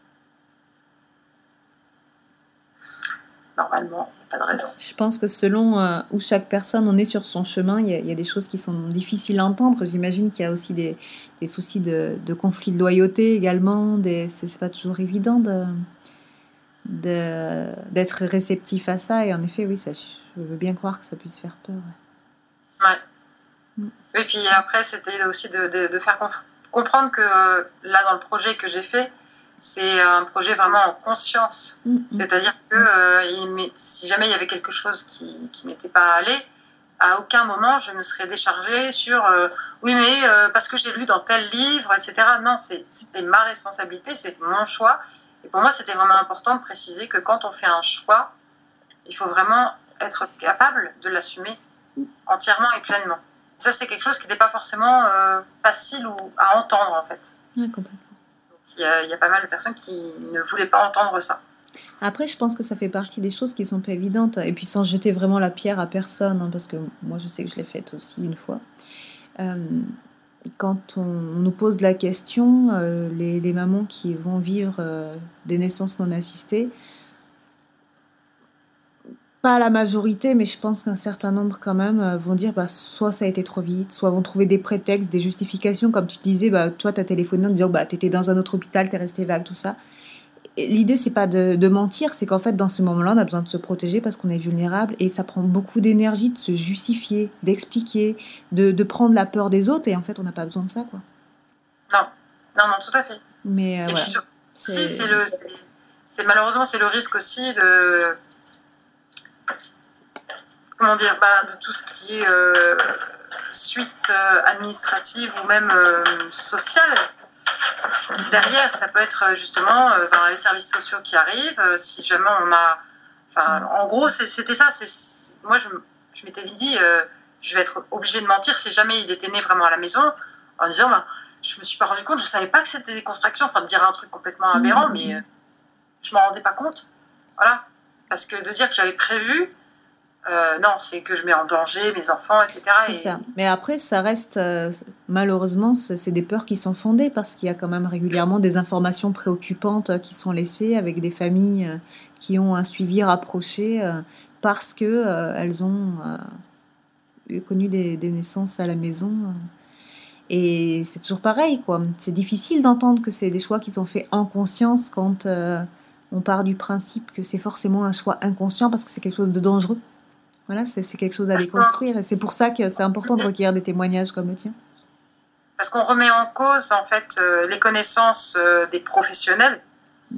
Normalement, il n'y a pas de raison. Je pense que selon euh, où chaque personne en est sur son chemin, il y, y a des choses qui sont difficiles à entendre. J'imagine qu'il y a aussi des, des soucis de, de conflits de loyauté également. Des, c'est, c'est pas toujours évident de, de, d'être réceptif à ça. Et en effet, oui, ça, je veux bien croire que ça puisse faire peur. Ouais. Mm. Et puis après, c'était aussi de, de, de faire conf- comprendre que là, dans le projet que j'ai fait, c'est un projet vraiment en conscience. Mmh. C'est-à-dire que euh, il si jamais il y avait quelque chose qui ne m'était pas allé, à aucun moment je me serais déchargée sur euh, oui mais euh, parce que j'ai lu dans tel livre, et cetera. Non, c'est, c'était ma responsabilité, c'était mon choix. Et pour moi, c'était vraiment important de préciser que quand on fait un choix, il faut vraiment être capable de l'assumer entièrement et pleinement. Et ça, c'est quelque chose qui n'était pas forcément euh, facile ou à entendre en fait. Ouais, complètement. Il y, a, il y a pas mal de personnes qui ne voulaient pas entendre ça. Après, je pense que ça fait partie des choses qui sont pas évidentes. Et puis sans jeter vraiment la pierre à personne, hein, parce que moi, je sais que je l'ai faite aussi une fois. Euh, quand on, on nous pose la question, euh, les, les mamans qui vont vivre euh, des naissances non assistées, pas la majorité, mais je pense qu'un certain nombre quand même euh, vont dire bah, soit ça a été trop vite, soit vont trouver des prétextes, des justifications, comme tu disais, bah, toi tu as téléphoné en disant bah, tu étais dans un autre hôpital, tu es resté vague, tout ça. Et l'idée, c'est pas de, de mentir, c'est qu'en fait, dans ce moment-là, on a besoin de se protéger parce qu'on est vulnérable et ça prend beaucoup d'énergie de se justifier, d'expliquer, de, de prendre la peur des autres et en fait, on n'a pas besoin de ça, quoi. Non, non, non, tout à fait. Mais euh, et voilà. puis, c'est... Si, c'est le, c'est, c'est malheureusement, c'est le risque aussi de... Comment dire, bah, de tout ce qui est euh, suite euh, administrative ou même euh, sociale. Derrière, ça peut être justement euh, ben, les services sociaux qui arrivent. Euh, si jamais on a... Enfin, en gros, c'est, c'était ça. C'est, c'est, moi, je, je m'étais dit, euh, je vais être obligée de mentir si jamais il était né vraiment à la maison, en disant, ben, je me suis pas rendu compte, je savais pas que c'était des constructions, enfin, de dire un truc complètement aberrant, mmh. mais euh, je m'en rendais pas compte. Voilà. Parce que de dire que j'avais prévu, Euh, non, c'est que je mets en danger mes enfants, et cetera. C'est et... ça. Mais après, ça reste, euh, malheureusement, c'est, c'est des peurs qui sont fondées parce qu'il y a quand même régulièrement des informations préoccupantes qui sont laissées avec des familles euh, qui ont un suivi rapproché euh, parce que euh, elles ont euh, connu des, des naissances à la maison. Euh, et c'est toujours pareil, quoi. C'est difficile d'entendre que c'est des choix qui sont faits en conscience quand euh, on part du principe que c'est forcément un choix inconscient parce que c'est quelque chose de dangereux. Voilà, c'est, c'est quelque chose à déconstruire et c'est pour ça que c'est important de recueillir des témoignages comme le tien. Parce qu'on remet en cause en fait euh, les connaissances euh, des professionnels, mmh.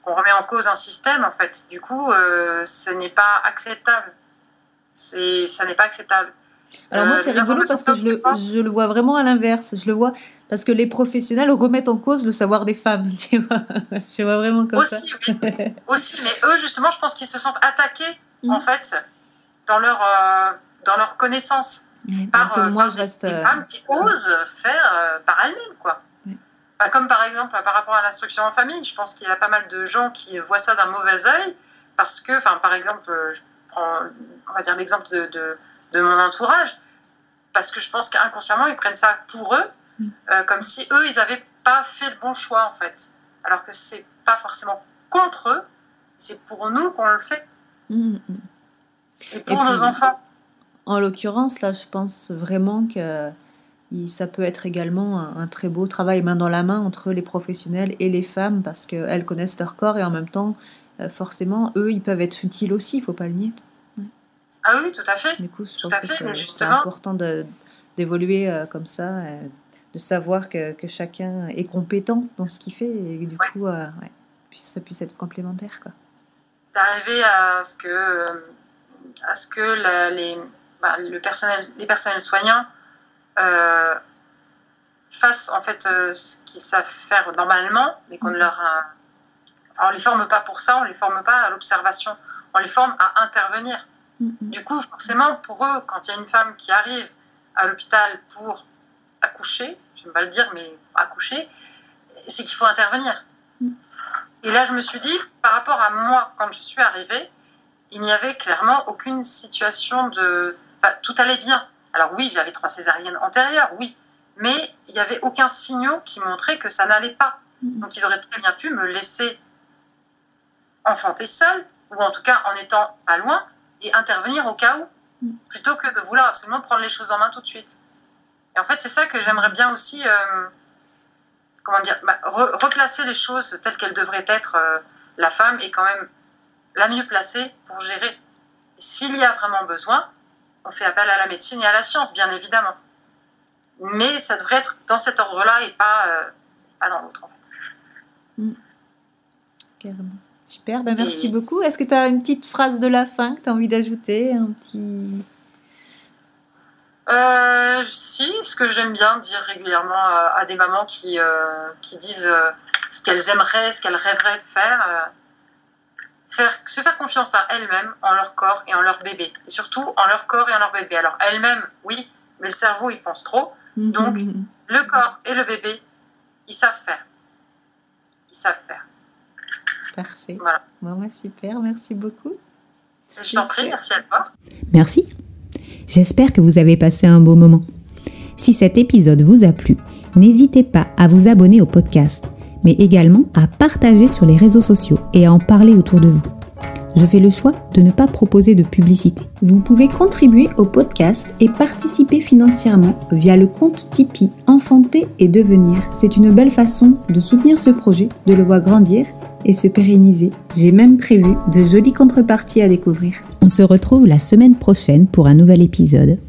qu'on remet en cause un système, en fait. Du coup, euh, ce n'est pas acceptable. C'est, ça n'est pas acceptable. Alors moi, c'est euh, rigolo parce que je le, je le vois vraiment à l'inverse. Je le vois parce que les professionnels remettent en cause le savoir des femmes. Tu vois, je vois vraiment comme aussi, ça. Oui. Aussi, mais eux, justement, je pense qu'ils se sentent attaqués, mmh. en fait, dans leur, euh, dans leur connaissance. Oui, par euh, moi, par je des, reste... des femmes qui osent faire euh, par elles-mêmes, quoi. Oui. Enfin, comme par exemple, par rapport à l'instruction en famille, je pense qu'il y a pas mal de gens qui voient ça d'un mauvais œil parce que, enfin, par exemple, je prends, on va dire l'exemple de, de, de mon entourage, parce que je pense qu'inconsciemment, ils prennent ça pour eux, mmh. euh, comme si eux, ils n'avaient pas fait le bon choix, en fait. Alors que c'est pas forcément contre eux, c'est pour nous qu'on le fait. Mmh. Et pour Et nos puis, enfants. En l'occurrence, là, je pense vraiment que ça peut être également un, un très beau travail main dans la main entre les professionnels et les femmes, parce qu'elles connaissent leur corps et en même temps, forcément, eux, ils peuvent être utiles aussi, il ne faut pas le nier. Ah oui, tout à fait. Du coup, je tout pense que fait, c'est, c'est important de, d'évoluer euh, comme ça, euh, de savoir que, que chacun est compétent dans ce qu'il fait et que, du ouais. coup, euh, ouais, ça puisse être complémentaire, quoi. D'arriver à ce que, à ce que la, les, bah, le personnel, les personnels soignants euh, fassent en fait euh, ce qu'ils savent faire normalement, mais qu'on ne leur, euh, on les forme pas pour ça, on les forme pas à l'observation, on les forme à intervenir. Du coup, forcément, pour eux, quand il y a une femme qui arrive à l'hôpital pour accoucher, je ne vais pas le dire, mais accoucher, c'est qu'il faut intervenir. Et là, je me suis dit, par rapport à moi, quand je suis arrivée, il n'y avait clairement aucune situation de... Enfin, tout allait bien. Alors oui, j'avais trois césariennes antérieures, oui, mais il n'y avait aucun signal qui montrait que ça n'allait pas. Donc, ils auraient très bien pu me laisser enfanter seule, ou en tout cas en étant pas loin, et intervenir au cas où, plutôt que de vouloir absolument prendre les choses en main tout de suite. Et en fait, c'est ça que j'aimerais bien aussi, euh, comment dire, bah, re- replacer les choses telles qu'elles devraient être. Euh, la femme est quand même la mieux placée pour gérer. Et s'il y a vraiment besoin, on fait appel à la médecine et à la science, bien évidemment. Mais ça devrait être dans cet ordre-là et pas, euh, pas dans l'autre, en fait. Mmh. Carrément. Super, ben merci et... beaucoup. Est-ce que tu as une petite phrase de la fin que tu as envie d'ajouter, un petit... Euh, si, ce que j'aime bien dire régulièrement à, à des mamans qui, euh, qui disent euh, ce qu'elles aimeraient, ce qu'elles rêveraient de faire, euh, faire, se faire confiance à elles-mêmes, en leur corps et en leur bébé. Et surtout, en leur corps et en leur bébé. Alors, elles-mêmes, oui, mais le cerveau, il pense trop. Mm-hmm. Donc, le corps et le bébé, ils savent faire. Ils savent faire. Parfait. Voilà. Bon, ouais, super, merci beaucoup. Je t'en prie, merci à toi. Merci. J'espère que vous avez passé un beau moment. Si cet épisode vous a plu, n'hésitez pas à vous abonner au podcast, mais également à partager sur les réseaux sociaux et à en parler autour de vous. Je fais le choix de ne pas proposer de publicité. Vous pouvez contribuer au podcast et participer financièrement via le compte Tipeee Enfanter et Devenir. C'est une belle façon de soutenir ce projet, de le voir grandir et se pérenniser. J'ai même prévu de jolies contreparties à découvrir. On se retrouve la semaine prochaine pour un nouvel épisode.